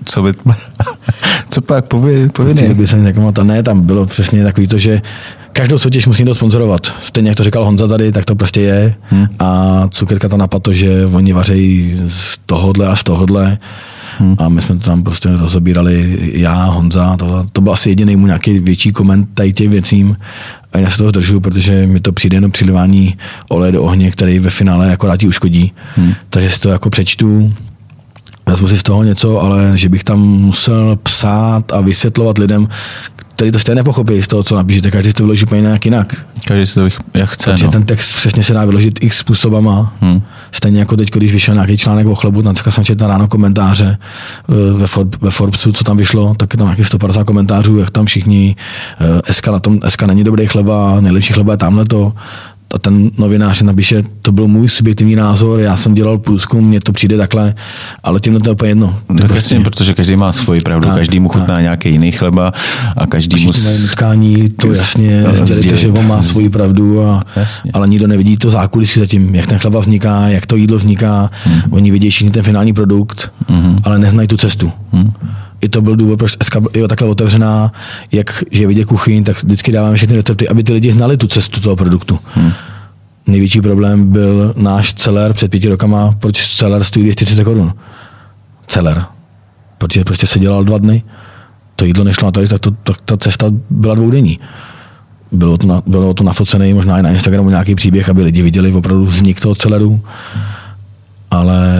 Co pak povědej?
Od té doby jsem nekomentoval. Ne, tam bylo přesně takový to, že každou soutěž musí někdo sponzorovat. Stejně jak to říkal Honza tady, tak to prostě je. A cukerka to napadlo, že oni vařejí z tohodle a z tohodle. A my jsme to tam prostě rozobírali, já, Honza, to byl asi jediný mu nějaký větší koment tady těch věcím. A já se toho zdržuju, protože mi to přijde jenom přilivání oleje do ohně, který ve finále akorát ti uškodí. Takže si to jako přečtu, vezmu si z toho něco, ale že bych tam musel psát a vysvětlovat lidem, který to stejně nepochopí z toho, co napíšete. Každý si to vyloží úplně nějak jinak.
Každý si to jak chce.
Takže ten text přesně se dá vyložit x způsobama. Stejně jako teď, když vyšel nějaký článek o chlebu, dneska jsem četl ráno komentáře ve Forbesu, co tam vyšlo, tak je tam nějakých 150 komentářů, jak tam všichni SK není dobrý chleba, nejlepší chleba je tamhleto. A ten novinář napíše, to byl můj subjektivní názor, já jsem dělal průzkum, mně to přijde takhle, ale tím to je úplně jedno.
Tak prostě, protože každý má svoji pravdu, každý mu chutná nějaký jiný chleba a každý mu...
Nutkání to jasně sdělíte, že on má svoji pravdu, ale nikdo nevidí to zákulisí zatím, jak ten chleba vzniká, jak to jídlo vzniká, oni vidí všichni ten finální produkt, ale neznají tu cestu. I to byl důvod, proč SK je takhle otevřená, jak že vidět kuchyň, tak vždycky dáváme všechny recepty, aby ty lidi znali tu cestu toho produktu. Největší problém byl náš celer před 5 rokama, proč celer stojí 230 korun. Celer. Protože prostě se dělal 2 dny, to jídlo nešlo na to, tak ta cesta byla 2denní. Bylo to nafocené možná i na Instagramu nějaký příběh, aby lidi viděli opravdu vznik toho celeru, ale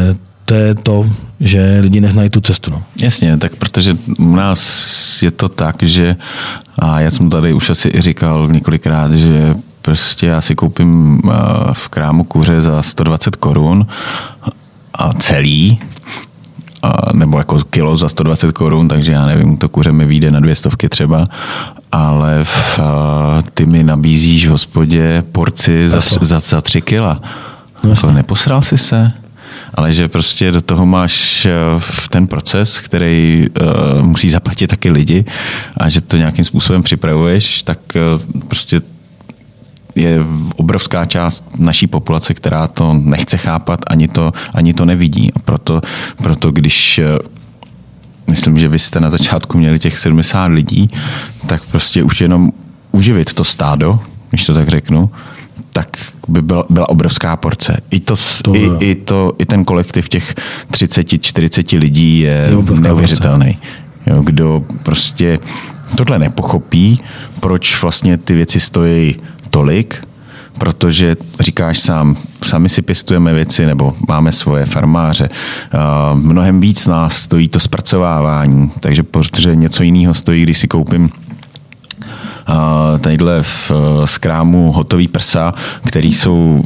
to je to, že lidi neznají tu cestu. No.
Jasně, tak protože u nás je to tak, že, a já jsem tady už asi i říkal několikrát, že prostě já si koupím v krámu kuře za 120 korun a celý, nebo jako kilo za 120 korun, takže já nevím, to kuře mi vyjde na 200 třeba, ale ty mi nabízíš v hospodě porci za 3 kila. No, neposral jsi se? Ale že prostě do toho máš ten proces, který musí zaplatit taky lidi a že to nějakým způsobem připravuješ, tak prostě je obrovská část naší populace, která to nechce chápat, ani to nevidí. A proto když myslím, že vy jste na začátku měli těch 70 lidí, tak prostě už jenom uživit to stádo, když to tak řeknu, tak by byla obrovská porce. I ten kolektiv těch 30-40 lidí je neuvěřitelný. Jo, kdo prostě tohle nepochopí, proč vlastně ty věci stojí tolik, protože říkáš sami si pěstujeme věci, nebo máme svoje farmáře. Mnohem víc nás stojí to zpracovávání, takže protože něco jiného stojí, když si koupím tadyhle z krámu hotový prsa, který jsou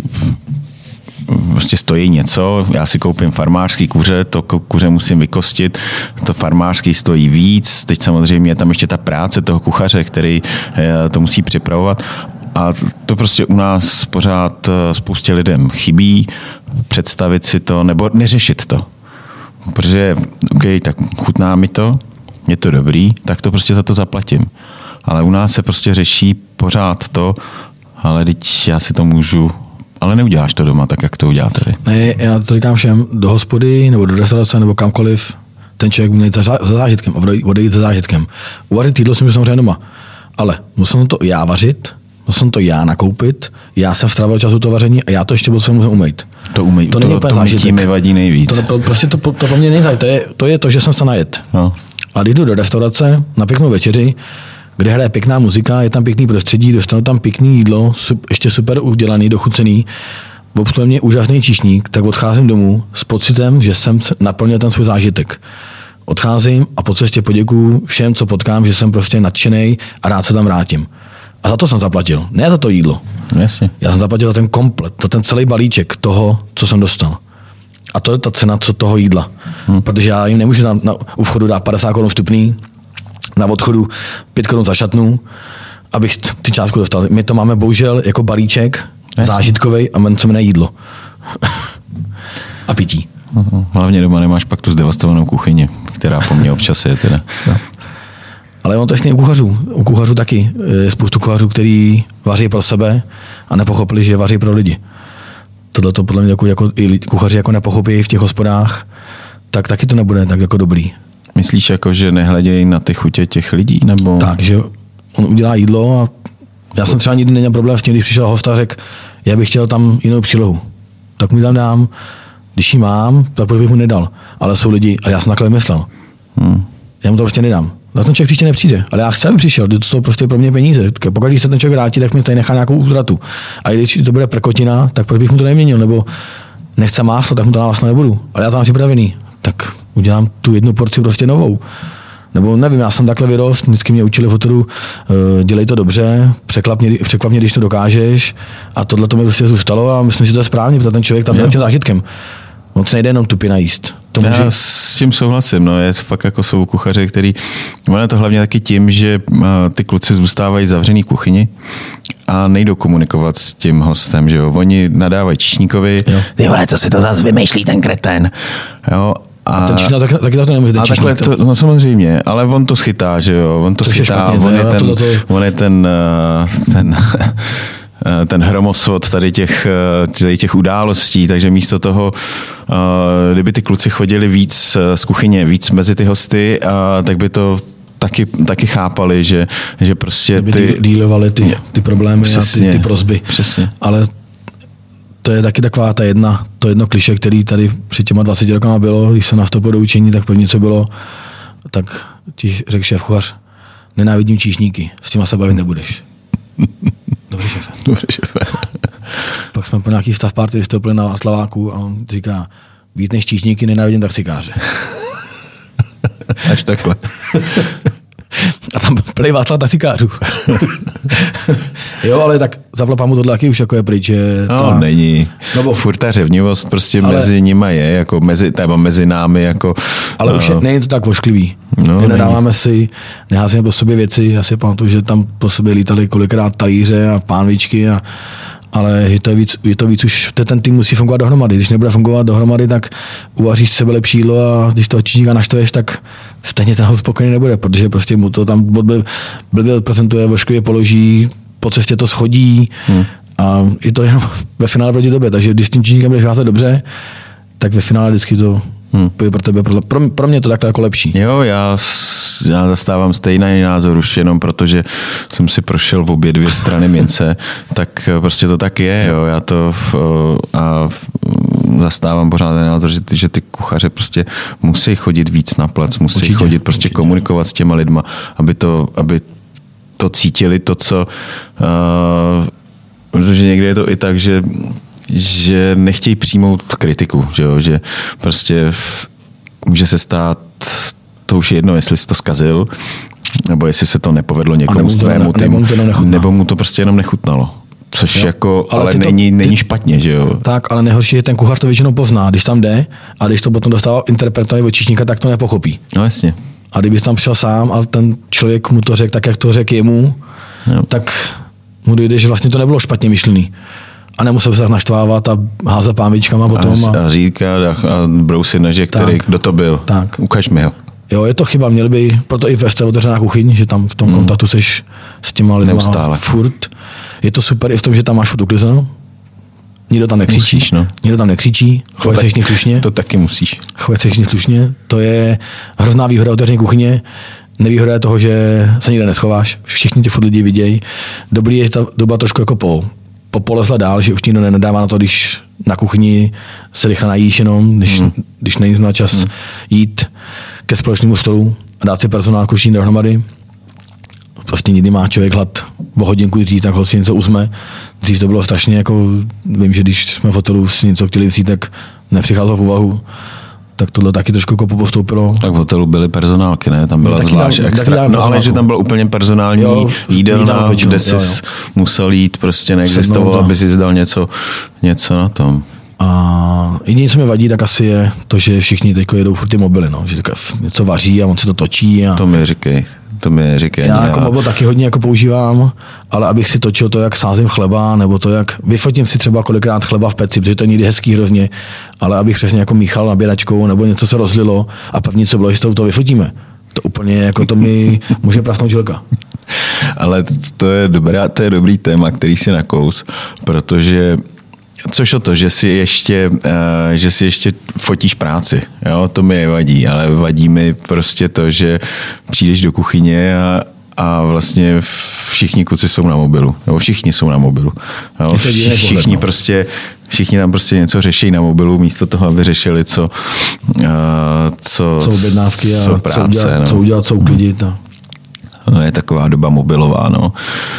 prostě stojí něco, já si koupím farmářský kuře, to kuře musím vykostit, to farmářský stojí víc, teď samozřejmě je tam ještě ta práce toho kuchaře, který to musí připravovat a to prostě u nás pořád spoustě lidem chybí, představit si to nebo neřešit to, protože tak chutná mi to, je to dobrý, tak to prostě za to zaplatím. Ale u nás se prostě řeší pořád to, ale teď já si to můžu, ale neuděláš to doma tak, jak to uděláte vy.
Ne, já to říkám všem, do hospody nebo do restaurace nebo kamkoliv, ten člověk může jít za zážitkem, odejít za zážitkem. Uvařit jídlo si můžu samozřejmě doma, ale musím to já vařit, musím to já nakoupit, já jsem strávil času to vaření a já to ještě musím umýt.
To není úplně zážitek. To mi vadí nejvíc.
Prostě to pro mě nejde, to je to, že jsem se najet. No. A když jdu do restaurace na pěknou večeři, kde hraje pěkná muzika, je tam pěkný prostředí, dostanu tam pěkný jídlo, ještě super udělaný, dochucený, obsluhuje mě úžasný číšník, tak odcházím domů s pocitem, že jsem naplnil ten svůj zážitek. Odcházím a po cestě poděkuju všem, co potkám, že jsem prostě nadšenej a rád se tam vrátím. A za to jsem zaplatil, ne za to jídlo.
Jasně.
Já jsem zaplatil za ten komplet, za ten celý balíček toho, co jsem dostal. A to je ta cena toho jídla. Protože já jim nemůžu u vchodu dát 50 korun vstupný, na odchodu 5 korun za šatnu, abych ty částku dostal. My to máme bohužel jako balíček, zážitkovej a jmenuje se jmenuje jídlo. A pití.
Hlavně doma nemáš pak tu zdevastovanou kuchyni, která po mně občas je teda.
No. Ale on to je u kuchařů. U kuchařů taky. Je spoustu kuchařů, který vaří pro sebe a nepochopili, že vaří pro lidi. Tohle to podle mě jako i kuchaři jako nepochopí v těch hospodách, tak taky to nebude tak jako dobrý.
Myslíš jako, že nehledějí na ty chutě těch lidí? Nebo?
Tak, že on udělá jídlo a já jsem třeba nikdy neměl problém s tím, když přišel host a řekl, já bych chtěl tam jinou přílohu. Tak mu tam dám. Když ji mám, tak bych mu nedal. Ale jsou lidi, ale já jsem takhle myslel. Já mu to prostě nedám. Na ten člověk příště nepřijde, ale já chci, aby přišel, to jsou prostě pro mě peníze. Pokud když se ten člověk vrátí, tak mi tady nechá nějakou útratu. A když to bude prkotina, tak proč bych mu to neměnil, nebo nechce máslo, tak mu to na máslo nebudu. Ale já to mám připravený, tak udělám tu jednu porci prostě novou. Nebo nevím, já jsem takhle vyrost, vždycky mě učili v hotelu, dělej to dobře, překvap mě, když to dokážeš. A tohle to mi prostě zůstalo a myslím, že to je správně, protože ten člověk tam je tím zážitkem. On se nejde jenom tupě najíst.
Já s tím souhlasím, no, je fakt jako jsou kuchaři, který, ono je to hlavně taky tím, že ty kluci zůstávají zavřený v kuchyni a nejdou komunikovat s tím hostem, že jo, oni nadávají číšníkovi, ty vole, co si to zase vymýšlí ten kretén, jo.
A ten číšník taky to nemůže, ten
číšník. To, no samozřejmě, ale on to schytá, že jo, on to schytá, on je ten hromosvod tady těch událostí, takže místo toho, kdyby ty kluci chodili víc z kuchyně, víc mezi ty hosty, tak by to taky chápali, že prostě
ty dílovali ty problémy přesně, a ty prosby.
Přesně.
Ale to je taky taková to jedno kliše, který tady před těma 20 rokama bylo, když jsem nastoupil do učení, tak první, co bylo, tak ti řekl šéf kuchař, nenávidím číšníky, s těma se bavit nebudeš. Dobře, šéfe.
Dobře, šéfe.
Pak jsme po nějaký stav party vystoupili na Václaváku a on říká, víc než číšníky nenávidím taxikáře.
Až takhle.
A tam plný Václav taxikářů. Jo, ale tak zaplapám mu tohle taky už jako je pryč.
No, není. No, furt ta řevnivost prostě ale, mezi nima je, jako mezi námi. Jako,
ale už není to tak vošklivý. No, nedáváme si, neházíme po sobě věci. Já si pamatuju, že tam po sobě lítali kolikrát talíře a pánvičky ale je to víc už, ten tým musí fungovat dohromady. Když nebude fungovat dohromady, tak uvaříš sebe lepší jídlo a když toho číšníka naštveš, tak stejně ten spokojený nebude, protože prostě mu to tam blbě odprezentuje, vošklivě položí, po cestě to schodí a je to jenom ve finále proti tobě. Takže když tím číšníkem budeš házet dobře, tak ve finále vždycky to půjde pro tebe. Pro mě to takhle jako lepší.
Jo, já zastávám stejný názor už jenom protože jsem si prošel v obě dvě strany mince, tak prostě to tak je, jo. Já to a zastávám pořád ten názor, že ty kuchaře prostě musí chodit víc na plac, musí chodit prostě komunikovat s těma lidma, aby to cítili to, co protože někdy je to i tak, že nechtějí přijmout kritiku, že prostě může se stát, to už je jedno, jestli jsi to zkazil, nebo jestli se to nepovedlo někomu z tvému týmu, nebo mu to prostě jenom nechutnalo. Což jo, jako, ale není špatně, že jo?
Tak, ale nejhorší je, ten kuchař to většinou pozná, když tam jde a když to potom dostává interpretovaný od číšníka, tak to nepochopí.
No jasně.
A kdybys tam přišel sám a ten člověk mu to řekl tak, jak to řekl jemu, tak mu dojde, že vlastně to nebylo špatně myšlený. A nemusel se tak naštvávat a házet pánvičkama potom.
A říkat a brousit nože, kdo to byl. Tak. Ukaž mi ho.
Jo, je to chyba, měl by, proto i ve otevřená kuchyň, že tam v tom kontaktu seš s těma lidma
neustále.
Furt. Je to super i v tom, že tam máš furt uklizeno. Nikdo tam nekřičí.
Musíš, no.
Nikdo tam nekřičí. Chovej se všichni slušně.
To taky musíš.
Chovej se všichni slušně. To je hrozná výhoda otevřené kuchyně. Nevýhoda je toho, že se nikde neschováš. Všichni ti furt lidi vidějí. Dobrý je ta doba trošku jako polezla dál, že už nikdo nenadává na to, když na kuchyni se rychle najíš jenom, když není na čas jít ke společnému stolu a dát si personál kuchyni dohromady. Prostě nikdy má člověk hlad o hodinku dřív, tak ho si něco uzme. Dřív to bylo strašně jako, vím, že když jsme v hotelu si něco chtěli vzít, tak nepřicházelo v úvahu. Tak tohle taky trošku jako postoupilo. Tak
v hotelu byly personálky, ne? Tam byla zvlášť extra. No ale že tam byl úplně personální jídelna, kde jsi musel jít, prostě neexistovalo, aby si zdal něco na tom.
A jediné, co mi vadí, tak asi je to, že všichni teď jedou furt ty mobily, no. Že něco vaří a on se to točí. A...
To mi říkej.
Já jako mobil taky hodně jako používám, ale abych si točil to, jak sázím chleba, nebo to, jak vyfotím si třeba kolikrát chleba v peci, protože to je někdy hezký hrozně, ale abych přesně jako míchal nabíračkou, nebo něco se rozlilo a první, co bylo, že to vyfotíme. To úplně jako to mi může prasnout žilka.
Ale to je dobrý téma, který si nakous, protože což o to, že si ještě fotíš práci, jo, to mi nevadí, ale vadí mi prostě to, že přijdeš do kuchyně a vlastně všichni kluci jsou na mobilu, nebo všichni jsou na mobilu. Jo, všichni tam prostě něco řeší na mobilu, místo toho, aby řešili, co
objednávky a
práce,
co udělat, co uklidit.
No, je taková doba mobilová, no.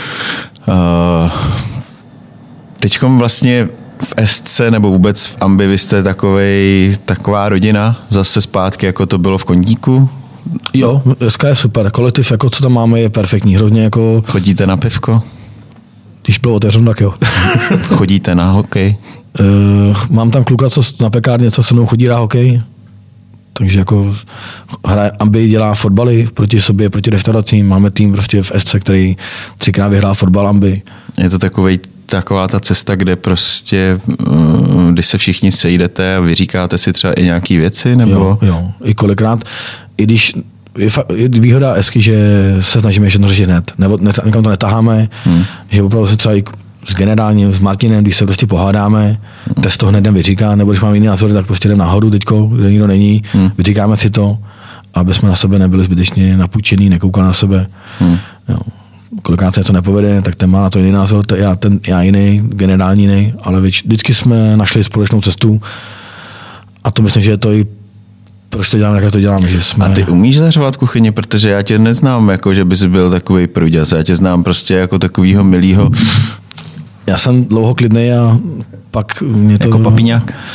Teďkom vlastně v SC nebo vůbec v Ambi vy jste taková rodina zase zpátky, jako to bylo v Koníku?
Jo, SK je super. Kolektiv, jako co tam máme, je perfektní. Hrozně jako...
Chodíte na pivko?
Když bylo otevřeno, tak jo.
Chodíte na hokej?
Mám tam kluka, co na pekárně, co se mnou chodí na hokej. Takže jako hraje Ambi, dělá fotbaly proti sobě, proti restauracím. Máme tým prostě v SC, který 3krát vyhrál fotbal Ambi.
Je to taková ta cesta, kde prostě, když se všichni sejdete a vyříkáte si třeba i nějaký věci, nebo?
Jo. I kolikrát, i když je výhoda Esky, že se snažíme všechno řešit hned. Někam to netaháme, že opravdu se třeba i s generálním, s Martinem, když se prostě pohádáme, tak to hned jdem vyříká, nebo když máme jiný názor, tak prostě jdem nahoru teďko, kde nikdo není, vyříkáme si to, aby jsme na sebe nebyli zbytečně napůjčený, nekoukali na sebe. Jo. Kolikrát se něco nepovede, tak ten má na to jiný názor, já jiný, generální jiný, ale vždycky jsme našli společnou cestu a to myslím, že je to i proč to děláme, jak to děláme. Že jsme...
A ty umíš zařovat kuchyni, protože já tě neznám, jako že bys byl takový pruďas, já tě znám prostě jako takovýho milýho.
Já jsem dlouho klidnej a pak mě to...
Jako papiňák?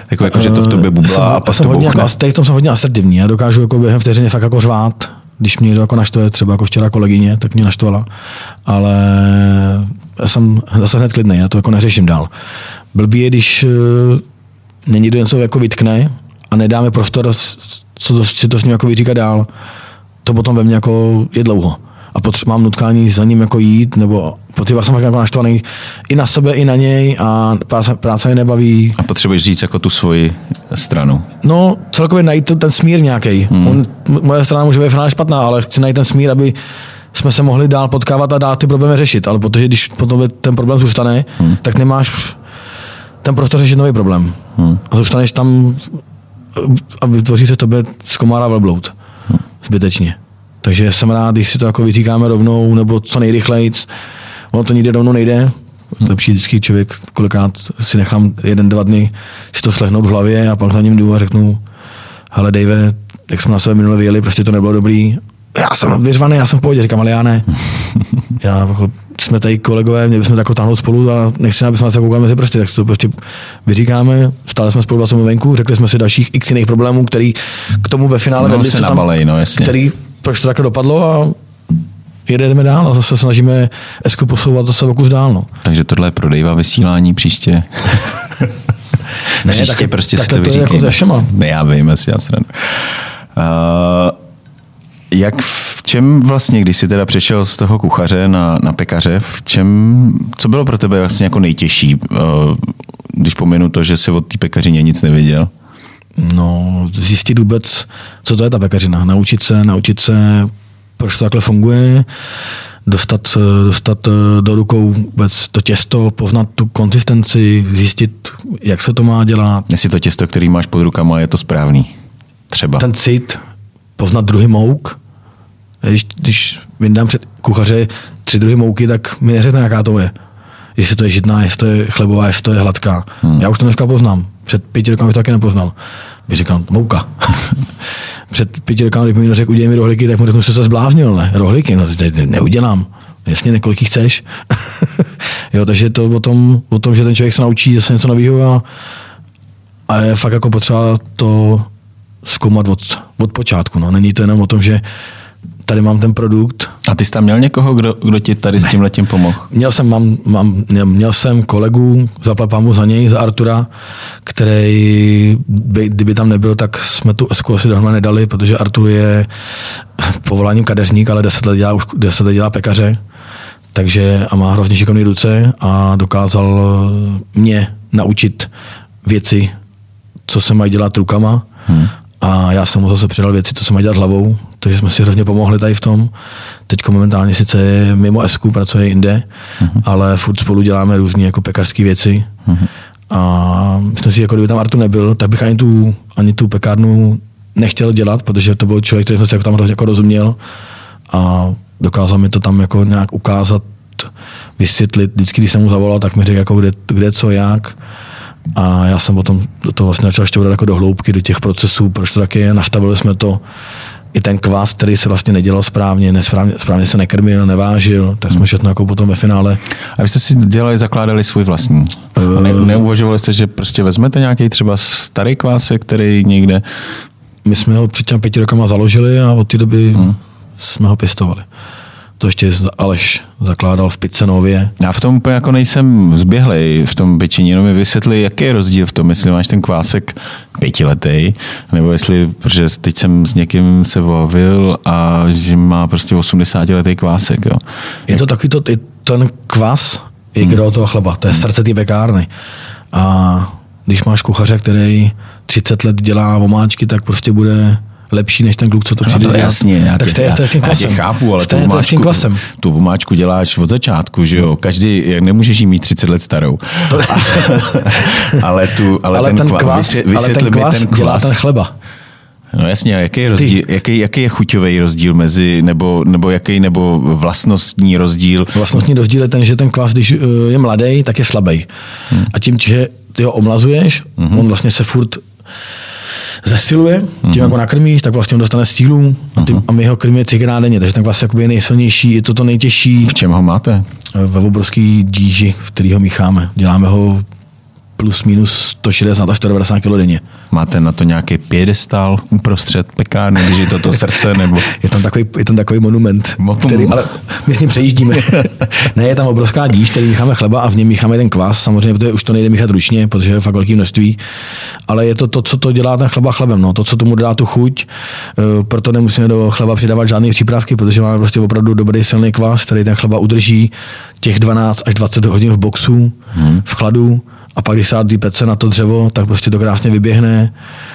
Jako že to v tobě bublá a pak to bouchne.
Teď jsem hodně asertivní. Já dokážu jako během vteřiny fakt jako řvát. Když mě někdo jako naštve, třeba jako včera kolegyně, tak mě naštvala. Ale já jsem zase hned klidnej, já to jako neřeším dál. Blbý je, když mě někdo něco jako vytkne a nedáme prostor si to s ním jako vyříkat dál. To potom ve mně jako je dlouho. A mám nutkání za ním jako jít, nebo potřeba jsem jako naštvaný i na sebe, i na něj a práce mě nebaví.
A potřebuješ říct jako tu svoji stranu?
No, celkově najít ten smír nějaký. Moje strana může být finálně špatná, ale chci najít ten smír, aby jsme se mohli dál potkávat a dál ty problémy řešit. Ale protože když potom ten problém zůstane, tak nemáš ten prostor řešit nový problém. A zůstaneš tam a vytvoří se tobě z komára velbloud. Zbytečně. Takže jsem rád, když si to jako vyříkáme rovnou, nebo co nejrychlejc. Ono to nikdy rovnou nejde. Lepší vždycky člověk, kolikrát si nechám 1-2 dny si to slehnout v hlavě a pak za ním jdu a řeknu, hele Dave, jak jsme na sebe minule vyjeli, prostě to nebylo dobrý. Já jsem vyřvaný, já jsem v pohodě, říkám, ale já ne. Já jako, jsme tady kolegové, měli bychom tak táhnout spolu a nechci, aby jsme se koukali mezi prsty, tak to prostě vyříkáme. Stále jsme spolu vlastně venku, řekli jsme si dalších x jiných problémů, který k tomu ve finále vedli,
se nabalej, no jasně.
Který, proč to takhle dopadlo a jedeme dál a zase snažíme Esku posouvat zase o kus dál. No.
Takže tohle je pro Davea vysílání příště.
Ne,
příště
tak,
prostě
tak
si to
to
vyříkejme.
je jako ze všema.
Ne, já vím, asi já srandu. Jak v čem vlastně, když jsi teda přešel z toho kuchaře na pekaře, co bylo pro tebe vlastně jako nejtěžší, když pominu to, že jsi od té pekařině nic nevěděl?
No, zjistit vůbec, co to je ta pekařina. Naučit se, proč to takhle funguje, dostat do rukou vůbec to těsto, poznat tu konzistenci, zjistit, jak se to má dělat.
Jestli to těsto, který máš pod rukama, je to správný. Třeba.
Ten cit, poznat druhy mouk. Když vyndám před kuchaře 3 druhy mouky, tak mi neřekne, jaká to je. Jestli to je žitná, jestli to je chlebová, jestli to je hladká. Já už to dneska poznám. Před 5 rokami to taky nepoznal. Bych říkal, mouka. Před 5 rokami, kdyby mi řekl, udělej mi rohlíky, tak mu řeknu, že se zbláznil, ne? Rohlíky, no neudělám. Jasně, kolik jich chceš. Jo, takže je to o tom, že ten člověk se naučí zase něco nového a je fakt jako potřeba to zkoumat od počátku. No. Není to jenom o tom, že tady mám ten produkt.
A ty jsi tam měl někoho, kdo ti tady s tímhletím pomohl?
Měl jsem kolegu, zaplapám mu za něj, za Artura, který, kdyby tam nebyl, tak jsme tu Esku asi dohromady nedali, protože Artur je povoláním kadeřník, ale 10 let dělá pekaře, takže a má hrozně šikovné ruce a dokázal mě naučit věci, co se mají dělat rukama. A já jsem mu zase přidal věci, co se mají dělat hlavou, takže jsme si hrozně pomohli tady v tom. Teďko momentálně sice je mimo Esku, pracuje jinde, ale furt spolu děláme různé jako pekařské věci. A myslím si, jako kdyby tam Artur nebyl, tak bych ani tu pekárnu nechtěl dělat, protože to byl člověk, který jsem si jako tam hrozně jako rozuměl a dokázal mi to tam jako nějak ukázat, vysvětlit. Vždycky, když jsem mu zavolal, tak mi řekl, jako kde co, jak. A já jsem potom do toho vlastně začal šťourat jako do hloubky, do těch procesů, proč to taky je. Nastavili jsme to, i ten kvás, který se vlastně nedělal správně se nekrmil, nevážil, tak jsme všechno jako potom ve finále.
A vy jste si zakládali svůj vlastní? Neuvažovali jste, že prostě vezmete nějaký třeba starý kvásek, který někde...
My jsme ho před těmi 5 rokama založili a od té doby jsme ho pěstovali. To ještě Aleš zakládal v Pitce Nově.
Já v tom úplně jako nejsem zběhlej v tom pečení, jenom mi vysvětli, jaký je rozdíl v tom, jestli máš ten kvásek 5letý, nebo jestli, protože teď jsem s někým se bavil a že má prostě 80letý kvásek. Jo.
Je to takový ten kvas je gro toho chleba, to je srdce té pekárny. A když máš kuchaře, který 30 let dělá omáčky, tak prostě bude lepší než ten kluk, co to přijde dělat.
Jasně, já tě chápu, ale tu omáčku děláš od začátku, že jo? Každý, nemůžeš jí mít 30 let starou. ale ten kvás
dělá ten chleba.
No jasně, jaký je rozdíl, jaký je chuťový rozdíl mezi, nebo vlastnostní rozdíl?
Vlastnostní rozdíl je ten, že ten kvás, když je mladý, tak je slabý. A tím, že ty ho omlazuješ, on vlastně se furt zesiluje, tím jako nakrmíš, tak vlastně on dostane sílu a my ho krmíme 3krát denně, takže ten kvás je nejsilnější, je to nejtěžší.
V čem ho máte?
Ve obrovský díži, v který ho mícháme. Děláme ho plus minus 160 až 190 kg denně.
Máte na to nějaký piedestál uprostřed pekárny, když je to srdce, nebo?
Je tam takový monument, který, ale my s ním přejíždíme. Ne, je tam obrovská díž, který mícháme chleba a v něm mícháme ten kvas, samozřejmě, protože už to nejde míchat ručně, protože je fakt velké množství, ale je to, co to dělá ten chleba chlebem, no, to, co tomu dá tu chuť, proto nemusíme do chleba přidávat žádné přípravky, protože máme prostě opravdu dobrý silný kvas, který ten chleba udrží těch 12 až 20 hodin v boxu, v chladu. A pak, když se dá pece na to dřevo, tak prostě to krásně vyběhne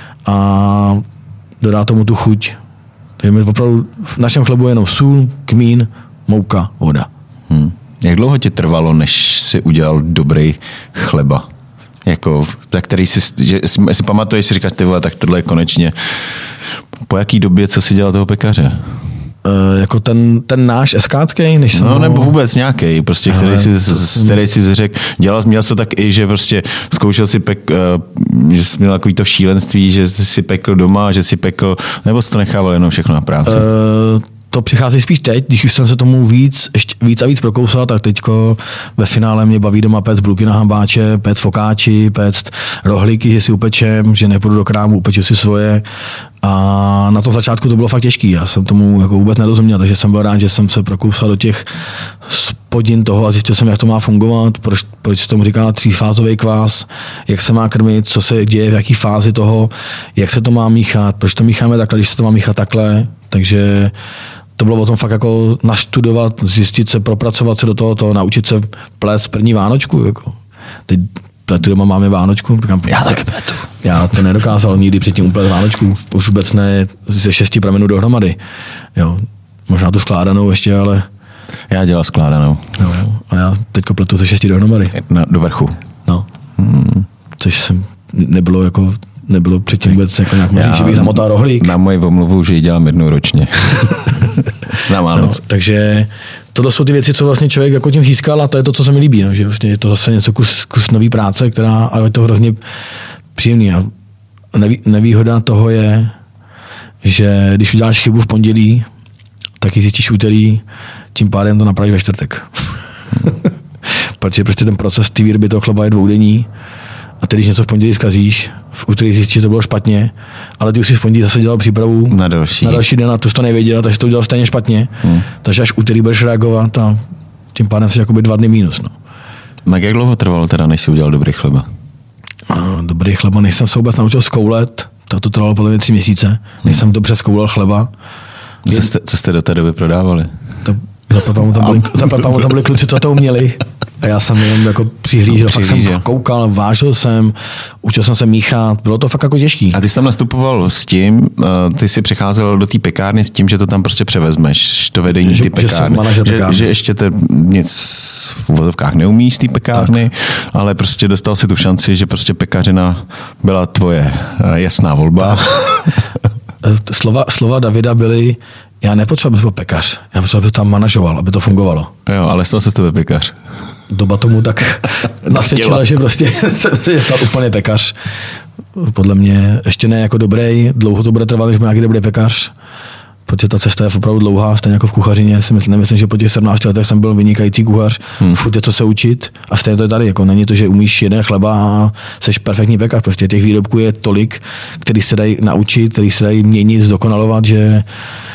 a dodá tomu tu chuť. Takže my opravdu v našem chlebu je jenom sůl, kmín, mouka, voda.
Jak dlouho ti trvalo, než si udělal dobrý chleba? Jako, tak který si pamatuješ, si říkáš, ty vole, tak tohle je konečně. Po jaký době, co si dělal toho pekaře?
Jako ten náš eskácký, než jsem
nebo vůbec nějaký, prostě, který si řekl, měl jsi to tak i, že prostě zkoušel si že jsi měl takový to šílenství, že si pekl doma, že si pekl, nebo jsi to nechával jenom všechno na práci?
To přichází spíš teď, když už jsem se tomu víc a víc prokousal, tak teďko ve finále mě baví doma péct bluky na hambáče, péct fokáči, péct rohlíky, že si upečem, že nepůjdu do krámu, upeču si svoje. A na to začátku to bylo fakt těžký, já jsem tomu jako vůbec nerozuměl, takže jsem byl rád, že jsem se prokousal do těch spodin toho a zjistil jsem, jak to má fungovat, proč se tomu říká třífázový kvás, jak se má krmit, co se děje, v jaký fázi toho, jak se to má míchat, proč to mícháme takhle, když se to má míchat takhle, takže to bylo o tom fakt jako naštudovat, zjistit se, propracovat se do toho, naučit se plést první vánočku. Jako. Teď pletu doma máme vánočku.
Já taky pletu.
Já to nedokázal nikdy předtím uplést vánočku. Už vůbec ne ze 6 pramenů dohromady. Jo. Možná tu skládanou ještě, ale...
Já dělal skládanou.
Jo, ale já teďko pletu ze 6 dohromady.
Do vrchu.
No. Což jsem nebylo předtím vůbec jako nějak možný, že bych zamotal rohlík.
Na moji omluvu, že ji dělám jednou ročně. Na Vánoc.
No, takže tohle jsou ty věci, co vlastně člověk jako tím získal a to je to, co se mi líbí. No, že vlastně je to zase něco kus nový práce, ale je to hrozně příjemný. A nevýhoda toho je, že když uděláš chybu v pondělí, tak ji zjistíš v úterý, tím pádem to napravíš ve čtvrtek. Protože prostě ten proces té výroby toho chleba je dvoudenní. A ty, když něco v pondělí zkazíš, v úterý zjistíš, že to bylo špatně, ale ty už si v pondělí zase dělal přípravu na další den a tu jsi to nevěděl, takže to udělal stejně špatně. Takže až v úterý budeš reagovat a tím pádem jsi jakoby 2 dny mínus. No.
Tak jak dlouho trvalo teda, než jsi udělal dobrý chleba?
Dobrý chleba, než jsem se vůbec naučil zkoulet, tak to trvalo podle mě 3 měsíce, než jsem dobře zkoulel chleba.
Co jste do té doby prodávali?
Zaplepámu tam byli kluci, co to uměli. A já jsem jenom jako přihlížel, fakt jsem koukal, vážil jsem, učil jsem se míchat, bylo to fakt jako těžký.
A ty jsi tam nastupoval s tím, ty jsi přicházel do té pekárny s tím, že to tam prostě převezmeš, to vedení té pekárny. Že ještě nic v uvozovkách neumíš z té pekárny, ale prostě dostal si tu šanci, že prostě pekařina byla tvoje jasná volba.
Slova Davida byly, já nepotřebuji, aby byl pekař, já potřebuji, aby to tam manažoval, aby to fungovalo.
Jo, ale stal se z tebe pekař.
Doba tomu tak nasvědčila, že prostě se stal úplně pekař. Podle mě ještě ne jako dobrý, dlouho to bude trvat, než bude nějaký dobrý pekař, protože ta cesta je opravdu dlouhá, stejně jako v kuchařině. Nemyslím, že po těch 17 letech jsem byl vynikající kuchař, furt je co se učit a stejně to je tady. Jako není to, že umíš jeden chleba a seš perfektní pekař. Prostě těch výrobků je tolik, který se dají naučit, který se dají měnit, zdokonalovat, že...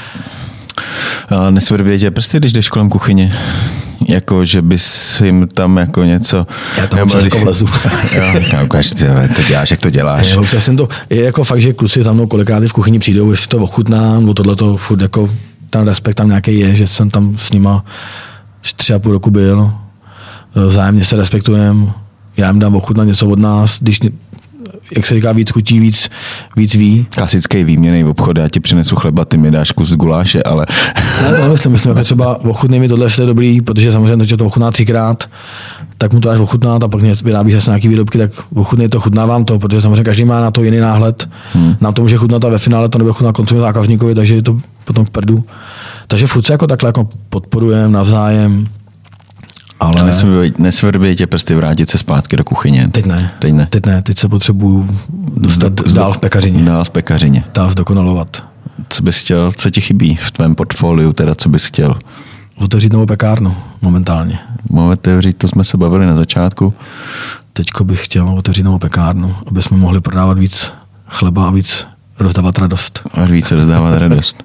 Nesvrběj tě prsty, když jdeš kolem kuchyně? Jako, že bys jim tam jako něco...
Já tam občas jako vlezu.
Jo, ukáž, to děláš, jak to děláš.
Je jako fakt, že kluci za mnou kolikrát v kuchyni přijdou, jestli to ochutnám, nebo tohleto furt jako ten respekt tam nějaký je, že jsem tam s nima 3,5 roku byl. Vzájemně se respektujeme, já jim dám ochutnat něco od nás, když jak se říká, víc chutí, víc ví.
Klasický výměnný obchod, já ti přinesu chleba, ty mi dáš kus guláše, ale...
Ne, to nemyslím, jako třeba ochutnej mi tohle, je dobrý, protože samozřejmě, že to ochutná 3krát, tak mu to dáš ochutnat a pak vyrábíš zase nějaký výrobky, tak ochutnej to, chutnávám to, protože samozřejmě každý má na to jiný náhled. Nám to může chutnat a ve finále to nebude chutnat koncovému zákazníkovi, takže je to potom k prdu. Takže furt se jako takhle jako podporujeme navzájem. Ale
nesvrběj tě prsty vrátit se zpátky do kuchyně.
Teď ne. Teď se potřebuju dostat dál v pekařině. Dál zdokonalovat.
Co bys chtěl, co ti chybí v tvém portfoliu, teda co bys chtěl?
Otevřít novou pekárnu momentálně.
Otevřít, to jsme se bavili na začátku.
teďko bych chtěl otevřít novou pekárnu, aby jsme mohli prodávat víc chleba a víc rozdávat radost.
A víc rozdávat radost.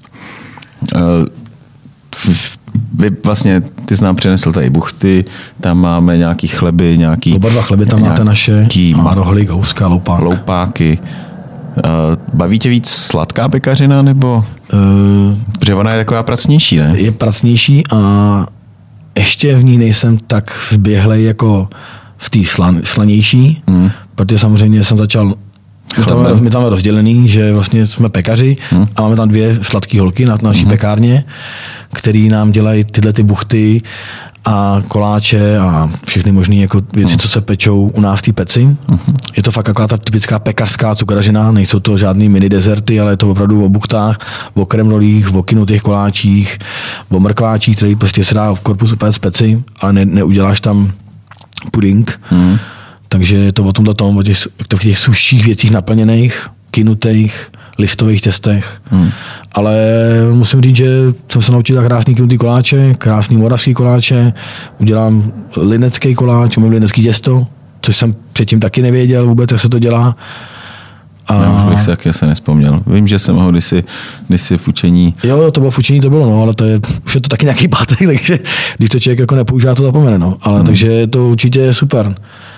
Vy vlastně, ty jsi nám přinesl tady buchty, tam máme nějaký chleby, nějaký...
Oba dva chleby tam máte naše, má rohlík, houska, loupák.
Loupáky. Baví tě víc sladká pekařina, nebo... Protože ona je taková pracnější, ne?
Je pracnější a ještě v ní nejsem tak vběhlej jako v té slanější, protože samozřejmě jsem začal... My tam máme rozdělený, že vlastně jsme pekaři a máme tam 2 sladké holky na naší pekárně, který nám dělají tyhle ty buchty a koláče a všechny možné jako věci, co se pečou u nás v té peci. Je to fakt taková ta typická pekařská cukrařina, nejsou to žádný mini dezerty, ale je to opravdu o buchtách, o kremrolích, o kynutých koláčích, o mrkváčích, který prostě se dá v korpusu péct z peci, ale neuděláš tam puding. Takže je to o tomto tom, o těch suších věcích naplněných, kynutých, listových těstech. Ale musím říct, že jsem se naučil krásný kynutý koláče, krásný moravský koláče, udělám linecký koláč, umím linecký těsto, což jsem předtím taky nevěděl vůbec, jak se to dělá.
Já už bych se taky asi nespomněl. Vím, že jsem ho kdysi v učení...
Jo, to bylo v učení, to bylo, no, ale už je to taky nějaký pátek, takže když to člověk jako nepoužívá, to zapomene, no. Ale takže je to určitě super.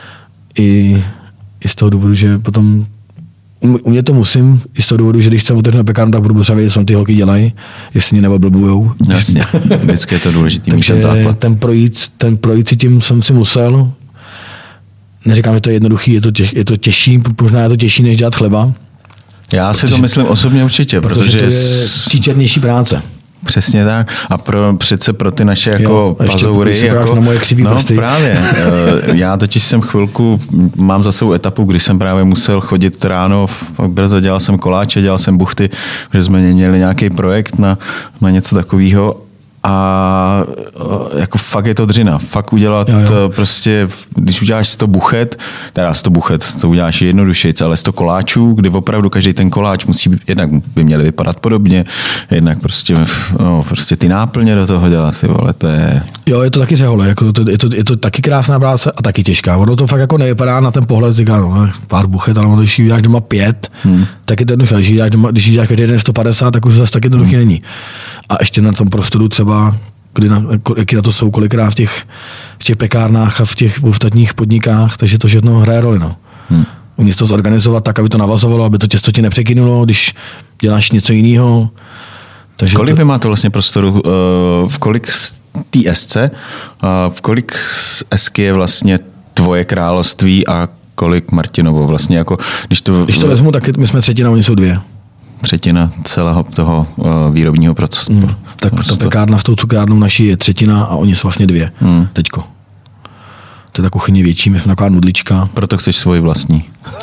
I z toho důvodu, že potom u mě to musím, i z toho důvodu, že když jsem otevřel pekárnu, tak budu potřeba vědět, co ty holky dělají, jestli mě neoblbujou.
Jasně, vždycky je to důležitý mít ten základ.
ten projít si tím jsem si musel. Neříkám, že to je jednoduchý, je to těžší, možná je to těžší, než dělat chleba.
Já si to myslím osobně určitě, protože
to je příčernější práce.
Přesně tak. A přece pro ty naše jako pazoury.
Jako, na moje křivý prsty.
Právě. Já totiž jsem chvilku, mám za sebou etapu, kdy jsem právě musel chodit ráno, brzo dělal jsem koláče, dělal jsem buchty, že jsme měli nějaký projekt na něco takového. A jako fakt je to dřina. Fakt udělat prostě, když uděláš 100 buchet, to uděláš jednodušejc, ale 100 koláčů, kdy opravdu každý ten koláč musí, jednak by měly vypadat podobně, jednak prostě ty náplně do toho dělat, ty vole, to je...
Jo, je to taky řehole, jako je to taky krásná práce a taky těžká. Ono to fakt jako nevypadá na ten pohled, říká, no, pár buchet, ale když jí dáš doma 5, tak je to jednoduché. Když jí dáš každý den 150, tak už zase tak jednoduchý není. A ještě na tom prostoru třeba, jaký na to jsou kolikrát v těch pekárnách a v těch ostatních podnikách, takže to všechno hraje roli. No. Umíš to zorganizovat tak, aby to navazovalo, aby to těsto ti nepřekynulo, když děláš něco jiného.
Kolik vy máte vlastně prostoru, v kolik z té SC, v kolik z SK je vlastně tvoje království a kolik Martinovo vlastně jako, když to
vezmu, tak my jsme třetina, oni jsou 2.
Třetina celého toho výrobního procesu.
Tak ta pekárna s tou cukrárnou naší je třetina a oni jsou vlastně 2 teďko. To je ta kuchyně větší, my jsme taková nudlička.
Proto chceš svoji vlastní.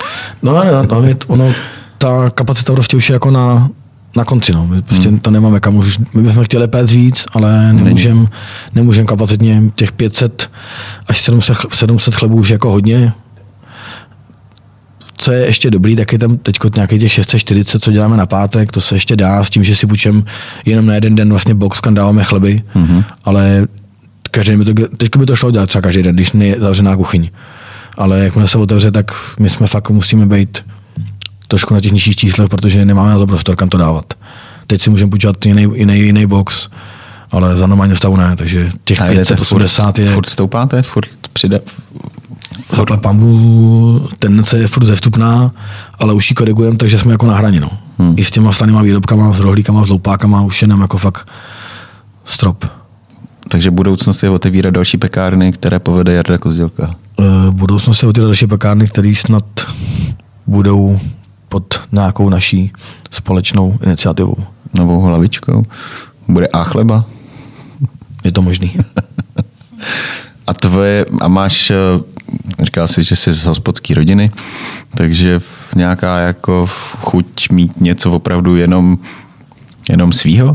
Ta kapacita prostě už je jako na konci. No. My prostě to nemáme kam už. My bychom chtěli péct víc, ale nemůžeme kapacitně těch 500 až 700 chlebů už jako hodně. Co je ještě dobrý, tak je tam teďko nějakých těch 640, co děláme na pátek, to se ještě dá s tím, že si půjčem jenom na jeden den vlastně box, kam dáváme chleby, ale teďko by to šlo dělat třeba každý den, když je zavřená kuchyň. Ale jakmile se otevře, tak my jsme fakt musíme být trošku na těch nižších číslech, protože nemáme na to prostor, kam to dávat. Teď si můžeme půjčovat jiný box, ale za normálního stavu ne, takže těch 580 je...
Furt stoupáte? Furt přijde?
Zaplať pambu, tendence je furt zevstupná, ale už ji korigujeme, takže jsme jako na hraně. No. I s těma stanýma výrobkama, s rohlíkama, s loupákama, už jenom jako fakt strop.
Takže budoucnost je otevírat další pekárny, které povede Jarda Kozdělka.
Budoucnost je otevírat další pekárny, které snad budou pod nějakou naší společnou iniciativou.
Novou hlavičkou. Bude A chleba?
Je to možný.
A máš, říkal jsi, že jsi z hospodské rodiny, takže nějaká jako chuť mít něco opravdu jenom svýho?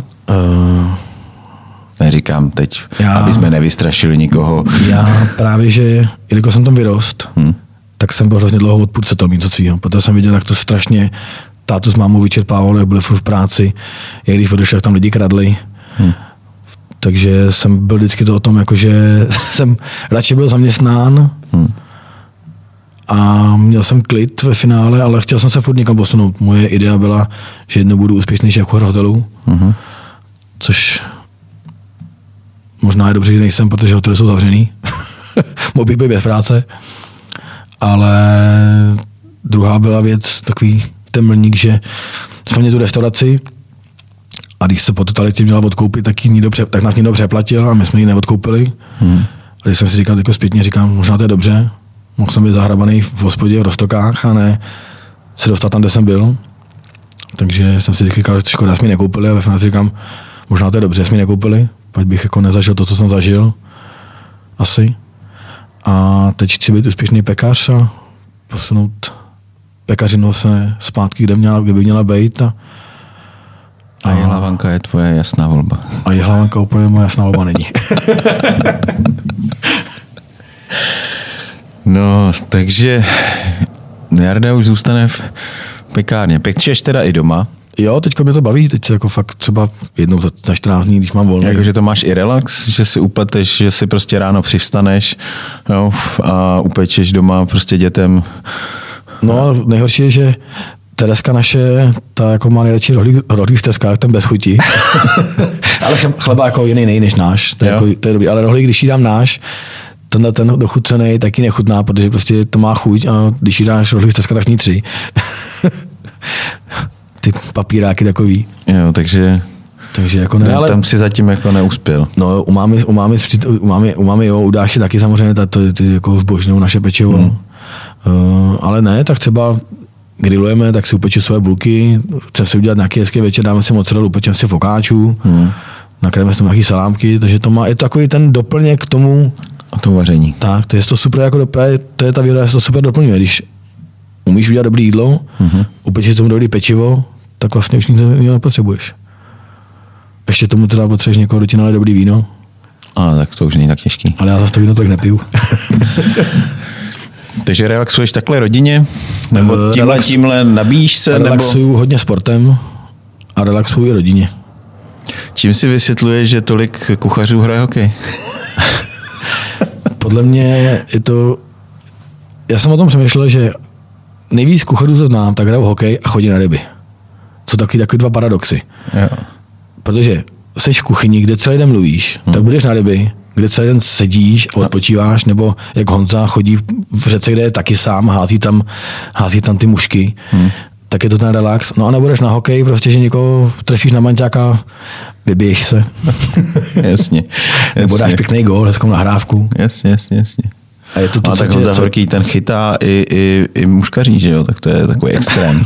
Neříkám teď, aby jsme nevystrašili nikoho.
Já právě, že jelikož jsem tam vyrost, tak jsem byl hrozně dlouho odpůrce toho mít co svýho, protože jsem viděl, jak to strašně tátu s mámou vyčerpávalo, jak byli furt v práci, jak když odešel, jak tam lidi kradli. Takže jsem byl vždycky to o tom, jakože jsem radši byl zaměstnán a měl jsem klid ve finále, ale chtěl jsem se furt někam posunout. Moje idea byla, že jednou budu úspěšný šéf hotelu, což možná je dobře, že nejsem, protože hotely jsou zavřený. Mohl bych být bez práce. Ale druhá byla věc, takový ten mlník, že jsme měli tu restauraci a když se po totalitě měla odkoupit, tak nás někdo přeplatil a my jsme ji neodkoupili. A když jsem si říkal, jako zpětně říkám, možná to je dobře, mohl jsem být zahrabaný v hospodě v Roztokách a ne se dostat tam, kde jsem byl. Takže jsem si říkal, že škoda, jsme ji nekoupili a ve finále říkám, možná to je dobře, jsme ji nekoupili, pak bych jako nezažil to, co jsem zažil. Asi. A teď chci být úspěšný pekař a posunout pekařinu se zpátky, kde by měla být.
A Jihlavanka je tvoje jasná volba.
A Jihlavanka úplně moje jasná volba není.
No, takže Jarda už zůstane v pekárně. Pečeš teda i doma?
Jo, teďko mě to baví, teď jako fakt třeba jednou za 14 dní, když mám volný.
Jakože to máš i relax, že si upleteš, že si prostě ráno přivstaneš, jo, a upečeš doma prostě dětem.
No, nejhorší je, že Tereska naše, ta jako má nejradši rohlík v Teskách, ten bez chutí. Ale chleba jako jiný než náš, to je dobrý. Ale rohlík, když jí dám náš, ten dochucený taky nechutná, protože prostě to má chuť a když jí dáš rohlík z Teska, tak ní 3. Ty papíráky takový.
Jo, takže
jako ne, ale
tam si zatím jako neuspěl.
No, u mámy jo, u Dáši taky samozřejmě, ty jako zbožňují naše pečivo. Ale ne, tak třeba grillujeme, tak si upeču svoje bulky, chcem si udělat nějaký hezký večer, dáme si mozzarellu, upečem si fokáčů, nakrájeme si tam nějaký salámky, takže to má, je to takový ten doplněk k tomu.
A tomu vaření.
Tak, to je to super, jako to je ta výhoda, že to super doplňuje, když umíš udělat dobré jídlo, upečeš tomu dobrý pečivo, tak vlastně už nic nepotřebuješ. Ještě tomu teda potřebuješ někoho, kdo ti nalije dobrý víno.
A tak to už není tak těžký.
Ale já zase to víno tak nepiju.
Takže relaxuješ takhle rodině? Nebo tímhle nabíjíš se?
Relaxuju hodně sportem a relaxuju i rodině.
Čím si vysvětluješ, že tolik kuchařů hraje hokej?
Podle mě je to... Já jsem o tom přemýšlel, že nejvíc kuchařů, co znám, tak hrajou hokej a chodí na ryby. Co takový dva paradoxy. Jo. Protože jsi v kuchyni, kde celý den mluvíš, tak budeš na ryby, kde celý den sedíš a odpočíváš, nebo jak Honza chodí v řece, kde je taky sám, hází tam ty mušky, tak je to ten relax. No a nebudeš na hokej, prostě, že někoho trefíš na manťáka, vybiješ se.
Jasně.
Nebo dáš pěkný gól, hezkou nahrávku.
Jasně. A je to tak Honza Horký, ten chytá i muškaří, že jo? Tak to je takový extrém.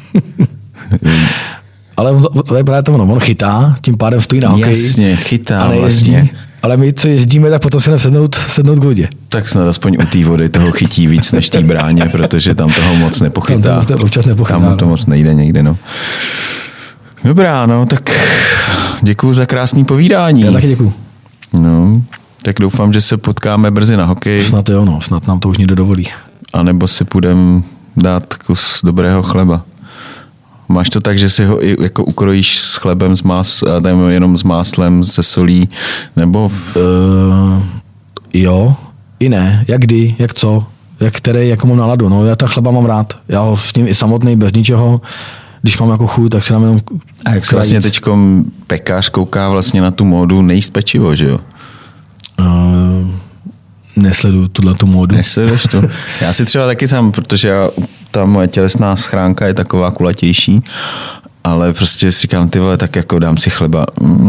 Ale on chytá, tím pádem stojí na hokeji.
Jasně, chytá
a nejezdí. Vlastně. Ale my, co jezdíme, tak potom se sednout k vodě.
Tak snad aspoň u té vody toho chytí víc než té bráně, protože tam toho moc nepochytá.
Tam to občas nepochytá.
Tam to moc nejde někde, no. Dobrá, no, tak děkuju za krásný povídání.
Já taky děkuju.
No, tak doufám, že se potkáme brzy na hokej.
Snad jo, no, snad nám to už někdo dovolí.
A nebo si půjdeme dát kus dobrého chleba. Máš to tak, že si ho i jako ukrojíš s chlebem, jenom s máslem, se solí, nebo?
Jo, i ne. Jak kdy, jak co, jak který, jako mám náladu. No, já ta chleba mám rád. Já ho s ním i samotný, bez ničeho. Když mám jako chuť, tak si dám jenom
a jak se vlastně teďko pekař kouká vlastně na tu módu nejíst pečivo, že jo?
Nesleduju tu módu.
Nesleduješ to? Já si třeba taky tam, protože ta moje tělesná schránka je taková kulatější, ale prostě si říkám, ty vole, tak jako dám si chleba.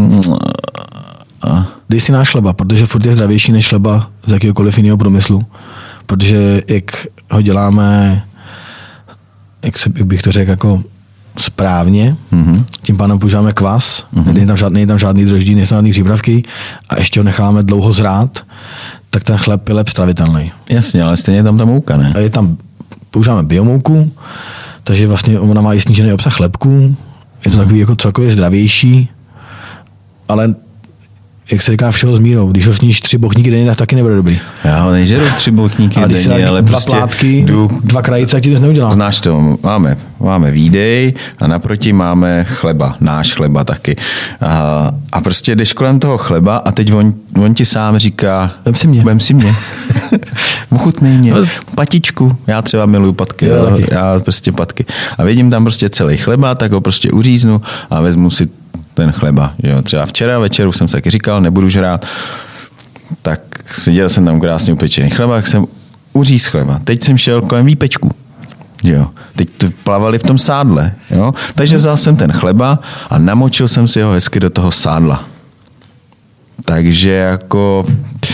Dej si náš chleba, protože furt je zdravější než chleba z jakéhokoliv jiného průmyslu. Protože jak ho děláme, jak bych to řekl, jako správně, tím pádem používáme kvas, není tam žádný droždí, nejsou žádný přípravky a ještě ho necháme dlouho zrát, tak ten chleb je lépe stravitelný.
Jasně, ale stejně je tam ta mouka, ne?
A používáme biomouku, takže vlastně ona má i snížený obsah chlebků, je to takový jako celkově zdravější, ale jak se říká, všeho s mírou. Když ho sníš 3 bochníky denně, tak taky nebude dobrý.
Já ho nežeru 3 bochníky denně, ale
2
prostě
plátky, 2 krajice, jak ti to neudělá.
Znáš to, máme výdej a naproti máme chleba, náš chleba taky. A prostě jdeš kolem toho chleba a teď on ti sám říká, vem si mě. Ochutnej mě. Patičku. Já třeba miluju patky. Já prostě patky. A vidím tam prostě celý chleba, tak ho prostě uříznu a vezmu si ten chleba. Jo. Třeba včera večer už jsem se taky říkal, nebudu žrát. Tak viděl jsem tam krásně upečený chleba, tak jsem uříz chleba. Teď jsem šel kolem výpečku. Jo. Teď to plavali v tom sádle. Jo. Takže vzal jsem ten chleba a namočil jsem si ho hezky do toho sádla. Takže jako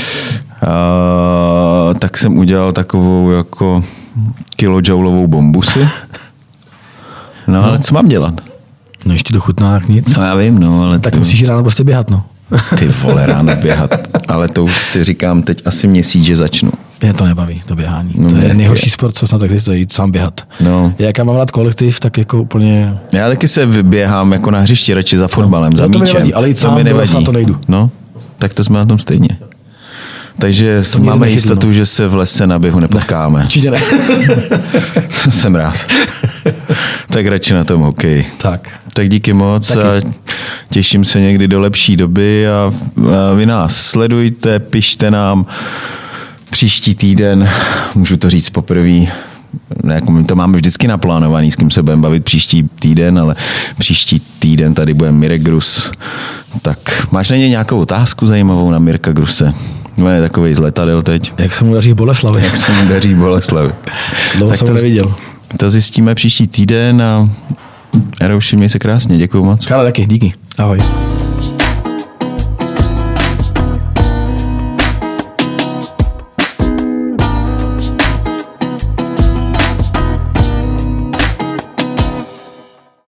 tak jsem udělal takovou jako kilojoulovou bombu si. No ale co mám dělat?
No ještě to chutná tak nic.
No já vím, no ale...
Tak musíš ráno prostě běhat, no.
Ty vole, ráno běhat. Ale to už si říkám teď asi měsíc, že začnu.
Mě to nebaví, to běhání. No, to je nejhorší sport, co snad existuje, jít sám běhat.
No.
Jak mám rád kolektiv, tak jako úplně...
Já taky se běhám jako na hřišti, radši za fotbalem, za míčem.
Nevadí, ale jít sám do lesa to nejdu.
No, tak to jsme na tom stejně. Takže máme jistotu, že se v lese na běhu nepotkáme.
Ne, určitě ne.
Jsem rád. Tak radši na tom hokej. Tak díky moc taky. A těším se někdy do lepší doby a vy nás sledujte, pište nám příští týden, můžu to říct poprvé, jako my to máme vždycky naplánovaný, s kým se budeme bavit příští týden, ale příští týden tady bude Mirek Grus. Tak máš na něj nějakou otázku zajímavou na Mirka Gruse? No je takovej z letadel teď.
Jak se mu daří Boleslavi?
Tak
jsem to neviděl.
To zjistíme příští týden a Erouši, měj se krásně, děkuju moc.
Kále taky, díky. Ahoj.